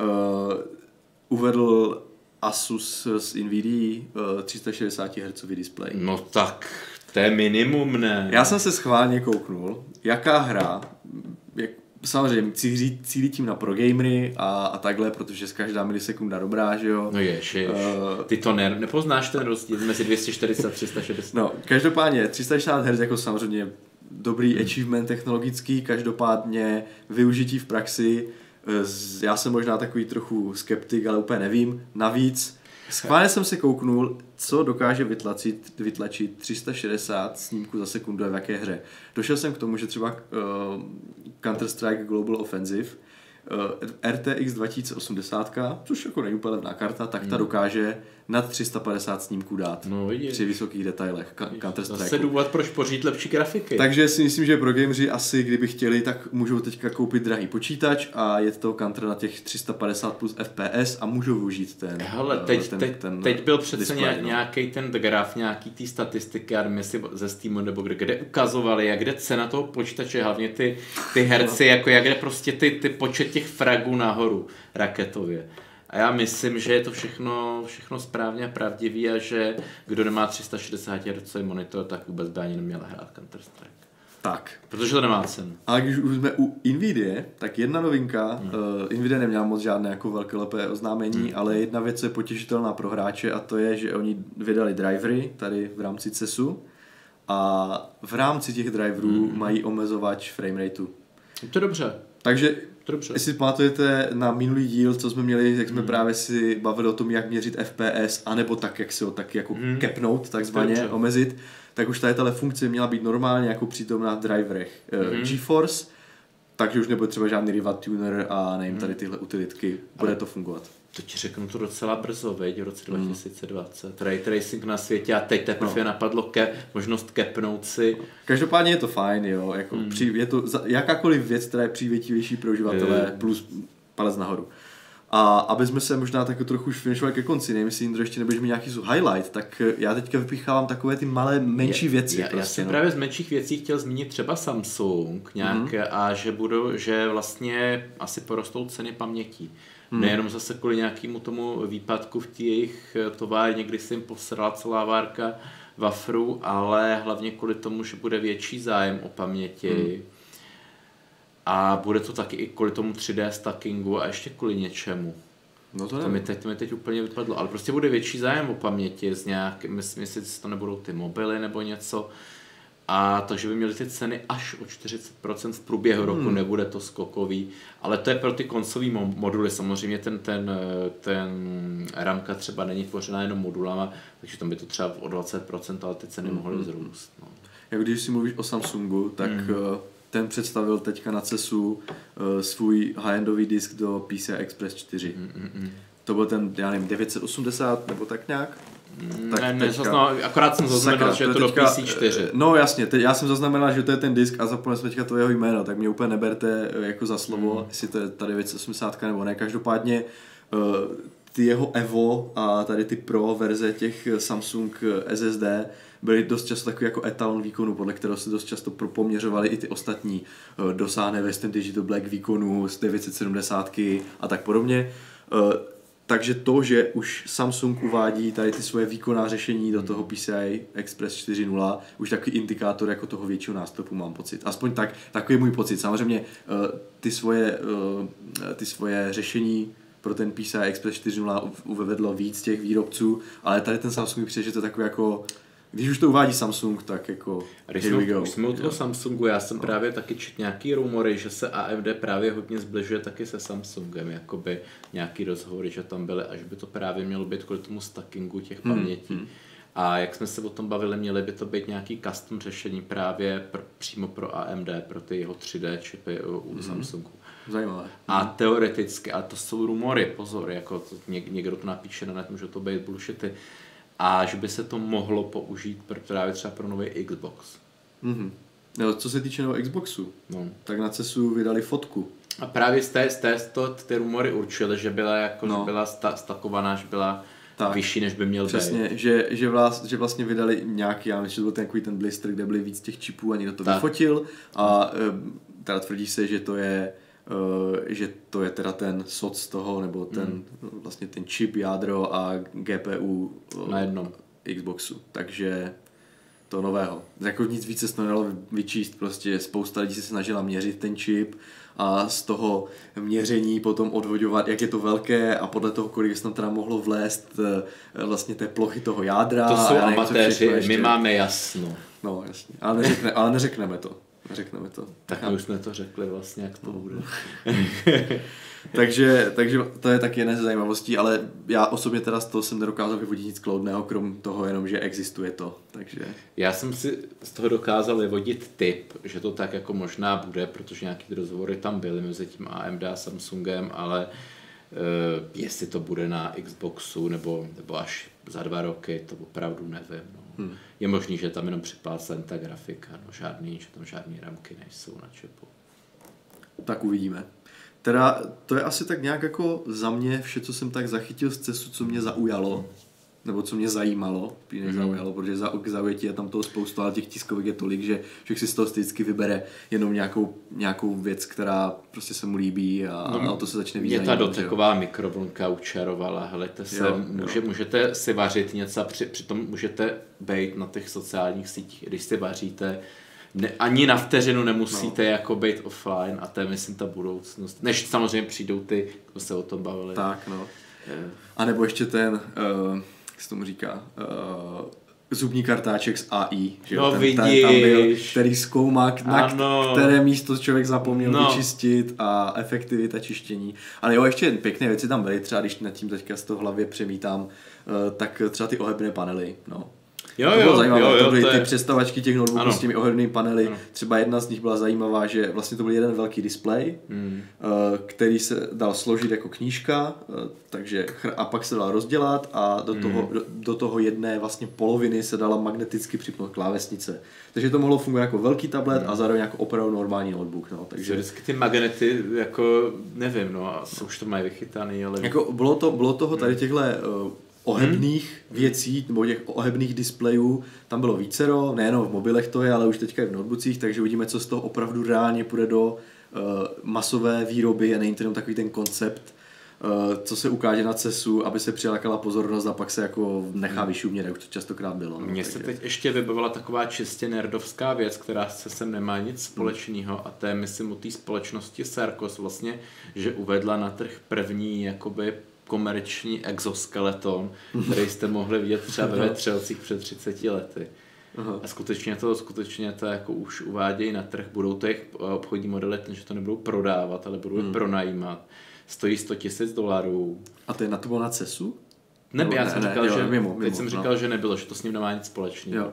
Uvedl Asus z NVIDIA 360 Hz displej. No tak, to je minimum, ne? Já jsem se schválně kouknul, jaká hra, samozřejmě cílí tím na pro gamery a takhle, protože každá milisekunda dobrá, že jo. No ježiš, ty to nepoznáš ten rozdíl mezi 240 a 360. No, každopádně 360 Hz jako samozřejmě dobrý achievement technologický, každopádně využití v praxi, já jsem možná takový trochu skeptik, ale úplně nevím. Navíc, schválně jsem si kouknul, co dokáže vytlačit 360 snímků za sekundu v jaké hře. Došel jsem k tomu, že třeba Counter-Strike Global Offensive RTX 2080, což jako není úplně levná karta, tak ta dokáže nad 350 snímků dát. No, při vysokých detailech Counter-Strike. Zase důvod, proč pořídit lepší grafiky. Takže si myslím, že pro gameři asi, kdyby chtěli, tak můžou teďka koupit drahý počítač a jet toho Counter na těch 350 plus FPS a můžou využít ten. Hele, teď byl přece nějaký ten graf, nějaký ty statistiky, já nevím, jestli ze Steamu nebo kde ukazovali, jak jde cena toho počítače, hlavně ty herci, jako jak jde prostě ty počet těch fragů nahoru raketově. A já myslím, že je to všechno správně a pravdivý a že kdo nemá 360 Hz monitor, tak vůbec by ani neměl hrát Counter-Strike. Tak. Protože to nemá cenu. A když už jsme u Nvidia, tak jedna novinka, Nvidia neměla moc žádné jako velkolepé oznámení, ale jedna věc je potěšitelná pro hráče a to je, že oni vydali drivery tady v rámci CESu a v rámci těch driverů mají omezovač framerateu. To je dobře. Takže jestli pamatujete na minulý díl, co jsme měli, jak jsme právě si bavili o tom, jak měřit FPS, anebo tak, jak si ho taky jako capnout, takzvaně omezit, tak už tahle funkce měla být normálně jako přítomná v driverech GeForce, takže už nebude třeba žádný Riva Tuner a nevím, tady tyhle utilitky, bude to fungovat. To ti řeknu to docela brzo, veď, v roce 2020. Ray tracing na světě a teď teprve napadlo možnost capnout si. Každopádně je to fajn, jo, jako je to jakákoliv věc, která je přívětivější pro uživatele, plus palec nahoru. A aby jsme se možná tak trochu už finišovali ke konci, nevím, jestli Jindro ještě nebudeš mít nějaký highlight, tak já teďka vypíchávám takové ty malé, menší věci. Já jsem právě z menších věcí chtěl zmínit třeba Samsung nějaké a že vlastně asi porostou ceny pamětí. Nejenom zase kvůli nějakému tomu výpadku v té jejich továrně, kdy se jim posrala celá várka wafru, ale hlavně kvůli tomu, že bude větší zájem o paměti. A bude to taky i kvůli tomu 3D stackingu a ještě kvůli něčemu. No to mi teď úplně vypadlo, ale prostě bude větší zájem o paměti z nějakým, myslím, jestli to nebudou ty mobily nebo něco. A takže by měly ty ceny až o 40% v průběhu roku, nebude to skokový, ale to je pro ty koncový moduly, samozřejmě ten ramka třeba není tvořená jenom modulama, takže tam by to třeba o 20%, ale ty ceny mohly vzrůst. No. Jak když si mluvíš o Samsungu, tak ten představil teďka na CESu svůj high-endový disk do PCI Express 4. To byl ten, já nevím, 980 nebo tak nějak? Akorát jsem zaznamenal, že je to do PC4. No jasně, já jsem zaznamenal, že to je ten disk a zapomněl jsem teďka to jeho jméno, tak mě úplně neberte jako za slovo, jestli to je ta 980 nebo ne. Každopádně ty jeho Evo a tady ty Pro verze těch Samsung SSD byly dost často takový jako etalon výkonu, podle kterého se dost často poměřovali i ty ostatní. Dosáhne Western Digital Black výkonu z 970 a tak podobně. Takže to, že už Samsung uvádí tady ty svoje výkonná řešení do toho PCI Express 4.0, už takový indikátor jako toho většího nástupu mám pocit. Aspoň takový je můj pocit. Samozřejmě ty svoje řešení pro ten PCI Express 4.0 uvedlo víc těch výrobců, ale tady ten Samsung mi přijde, že to je takový jako, když už to uvádí Samsung, tak jako here we go. Když jsme u toho Samsungu, já jsem právě taky četl nějaký rumory, že se AMD právě hodně zbližuje taky se Samsungem, jakoby nějaký rozhovory, že tam byly, až by to právě mělo být kvůli tomu stackingu těch pamětí. A jak jsme se o tom bavili, měly by to být nějaký custom řešení právě přímo pro AMD, pro ty jeho 3D čipy u Samsungu. Zajímavé. A teoreticky, a to jsou rumory, pozor, jako někdo to napíše na net, může to být bullshity, a že by se to mohlo použít právě třeba pro nový Xbox. No, co se týče nového Xboxu, tak na CESu vydali fotku. A právě z té rumory určily, že byla, jako, že byla stakovaná, že byla vyšší, než by měl být. Přesně, že vlastně vydali nějaký, já myslím, že to byl takový ten blister, kde byly víc těch čipů a někdo to vyfotil a teda tvrdí se, že to je teda ten SOC z toho, nebo vlastně ten čip, jádro a GPU na jednom Xboxu, takže to nového. Jako nic více se to nedalo vyčíst, prostě spousta lidí se snažila měřit ten čip a z toho měření potom odvodovat, jak je to velké a podle toho, kolik se tam teda mohlo vlézt vlastně té plochy toho jádra. To jsou amatéři, my máme jasno. No jasně, ale neřekneme to. Řekneme to. Tak my už jsme to řekli vlastně, jak to bude. takže to je taky jedna ze zajímavostí, ale já osobně teda z toho jsem nedokázal vyvodit nic kloudného, krom toho jenom, že existuje to. Takže... Já jsem si z toho dokázal vyvodit tip, že to tak jako možná bude, protože nějaký rozhovory tam byly mezi tím AMD a Samsungem, ale jestli to bude na Xboxu nebo až za 2 roky, to opravdu nevím. No. Je možný, že tam jenom připlácen ta grafika, že tam žádný ramky nejsou na čipu. Tak uvidíme. Teda to je asi tak nějak jako za mě vše, co jsem tak zachytil z CESu, co mě zaujalo, nebo co mě zajímalo, zaujalo, protože k zaujetí je tam toho spoustu, ale těch tiskovek je tolik, že člověk si z toho vždycky vybere jenom nějakou věc, která prostě se mu líbí a to se začne víc zajímat. Mě ta doteková mikrovlnka učarovala, helejte se, můžete si vařit něco a přitom můžete být na těch sociálních sítích, když si vaříte, ani na vteřinu nemusíte jako být offline a to je, myslím, ta budoucnost. Než samozřejmě přijdou ty, kdo se o tom bavili. Tak, no. A nebo ještě ten, jak se tomu říká, zubní kartáček z AI, že no, ten tam byl, který zkoumá, které místo člověk zapomněl vyčistit a efektivita čištění. Ale jo, ještě pěkné věci tam byly, třeba když nad tím teďka z toho hlavě přemítám, tak třeba ty ohebné panely, no. To bylo zajímavé, to byly ty přestavačky těch notebooků s těmi ohlednými panely. Třeba jedna z nich byla zajímavá, že vlastně to byl jeden velký displej, který se dal složit jako knížka, a pak se dal rozdělat a do toho jedné vlastně poloviny se dala magneticky připnout klávesnice. Takže to mohlo fungovat jako velký tablet a zároveň jako opravdu normální notebook. No. Takže vždycky ty magnety, jako nevím, už to mají vychytaný, ale... Jako bylo toho tady těchto ohebných věcí, nebo těch ohebných displejů, tam bylo vícero, nejenom v mobilech to je, ale už teďka i v notebookích, takže uvidíme, co z toho opravdu reálně půjde do masové výroby a není to jenom takový ten koncept, co se ukáže na CESu, aby se přilákala pozornost a pak se jako nechá vyšumět, jak to častokrát bylo. No. Mně se teď ještě vybavila taková čistě nerdovská věc, která se sem nemá nic společného a to je, myslím, u té společnosti Sarkos vlastně, že uvedla na trh první jakoby komerční exoskeleton, který jste mohli vidět třeba ve Vetřelcích před 30 lety. Aha. A skutečně to jako už uvádějí na trh. Budou to jejich obchodní modely, že to nebudou prodávat, ale budou je pronajímat. Stojí $100,000. A to je to bylo na CESu? Já jsem říkal, že mimo, jsem říkal, že nebylo, že to s ním nemá nic společného.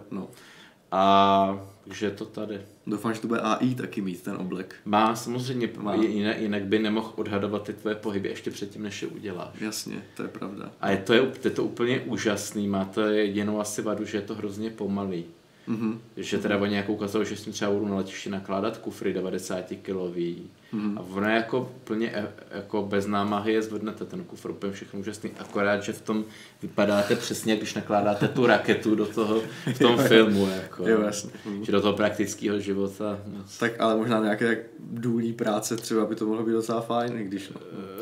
A takže je to tady. Doufám, že to bude AI taky mít ten oblek. Má, samozřejmě, jinak by nemohl odhadovat ty tvoje pohyby ještě předtím, než je uděláš. Jasně, to je pravda. A je to úplně úžasný, má to jedinou asi vadu, že je to hrozně pomalý. Že teda oni jako ukázali, že s tím třeba budu na letišti nakládat kufry 90-kilový. A ono je jako úplně jako bez námahy je zvednete ten kufr, úplně všechno úžasný, akorát, že v tom vypadáte přesně, když nakládáte tu raketu do toho v tom filmu, jako, jo, jasně. Že do toho praktického života. Tak ale možná nějaké důlní práce třeba by to mohlo být docela fajn, i když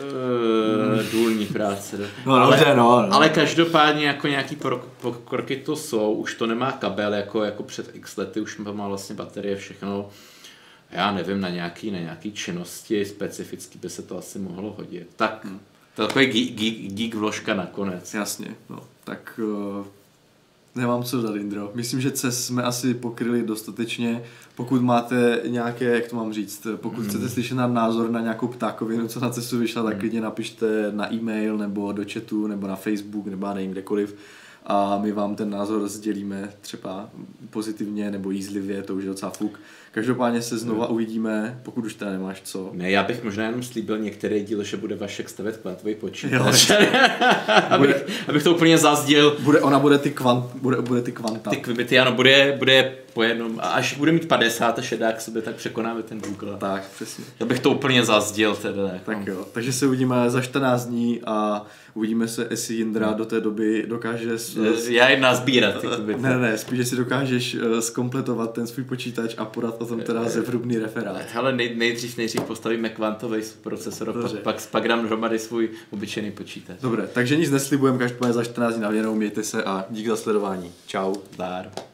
důlní práce. Ale každopádně jako nějaký pokroky to jsou, už to nemá kabel jako před x lety, už má vlastně baterie, všechno. Já nevím, na nějaký činnosti specificky by se to asi mohlo hodit. Tak, to je takový geek vložka nakonec. Jasně, no. Tak nemám co dát, Indro. Myslím, že CES jsme asi pokryli dostatečně. Pokud máte nějaké, jak to mám říct, pokud chcete slyšet nám názor na nějakou ptákovinu, co na CESu vyšla, tak klidně napište na e-mail, nebo do chatu, nebo na Facebook, nebo nevím kdekoliv. A my vám ten názor sdělíme třeba pozitivně nebo jízlivě, to už je docela fuk. Každopádně se znova uvidíme, pokud už teda nemáš co. Ne, já bych možná jenom slíbil některý díl, že bude Vašek stavět kvantový počítač. abych to úplně zazděl. Bude ty kvanta. Ty kvity, ano, bude po jednom. A až bude mít 50 šedák k sobě, tak překonáme ten Google. Tak, přesně. Abych to úplně zazděl teda. Jako. Tak jo, takže se uvidíme za 14 dní a uvidíme se, jestli Jindra do té doby dokáže... Já jim nazbírat ty kvity. Ne, spíš, jestli dokážeš zkompletovat ten svůj počítač a podat o tom teda zevrubný referát. Hele, nejdřív postavíme kvantový procesor, pak dám dohromady svůj obyčejný počítač. Dobře, takže nic neslibujeme, každopádně za 14 dní na věnou, mějte se a dík za sledování. Čau. Zdar.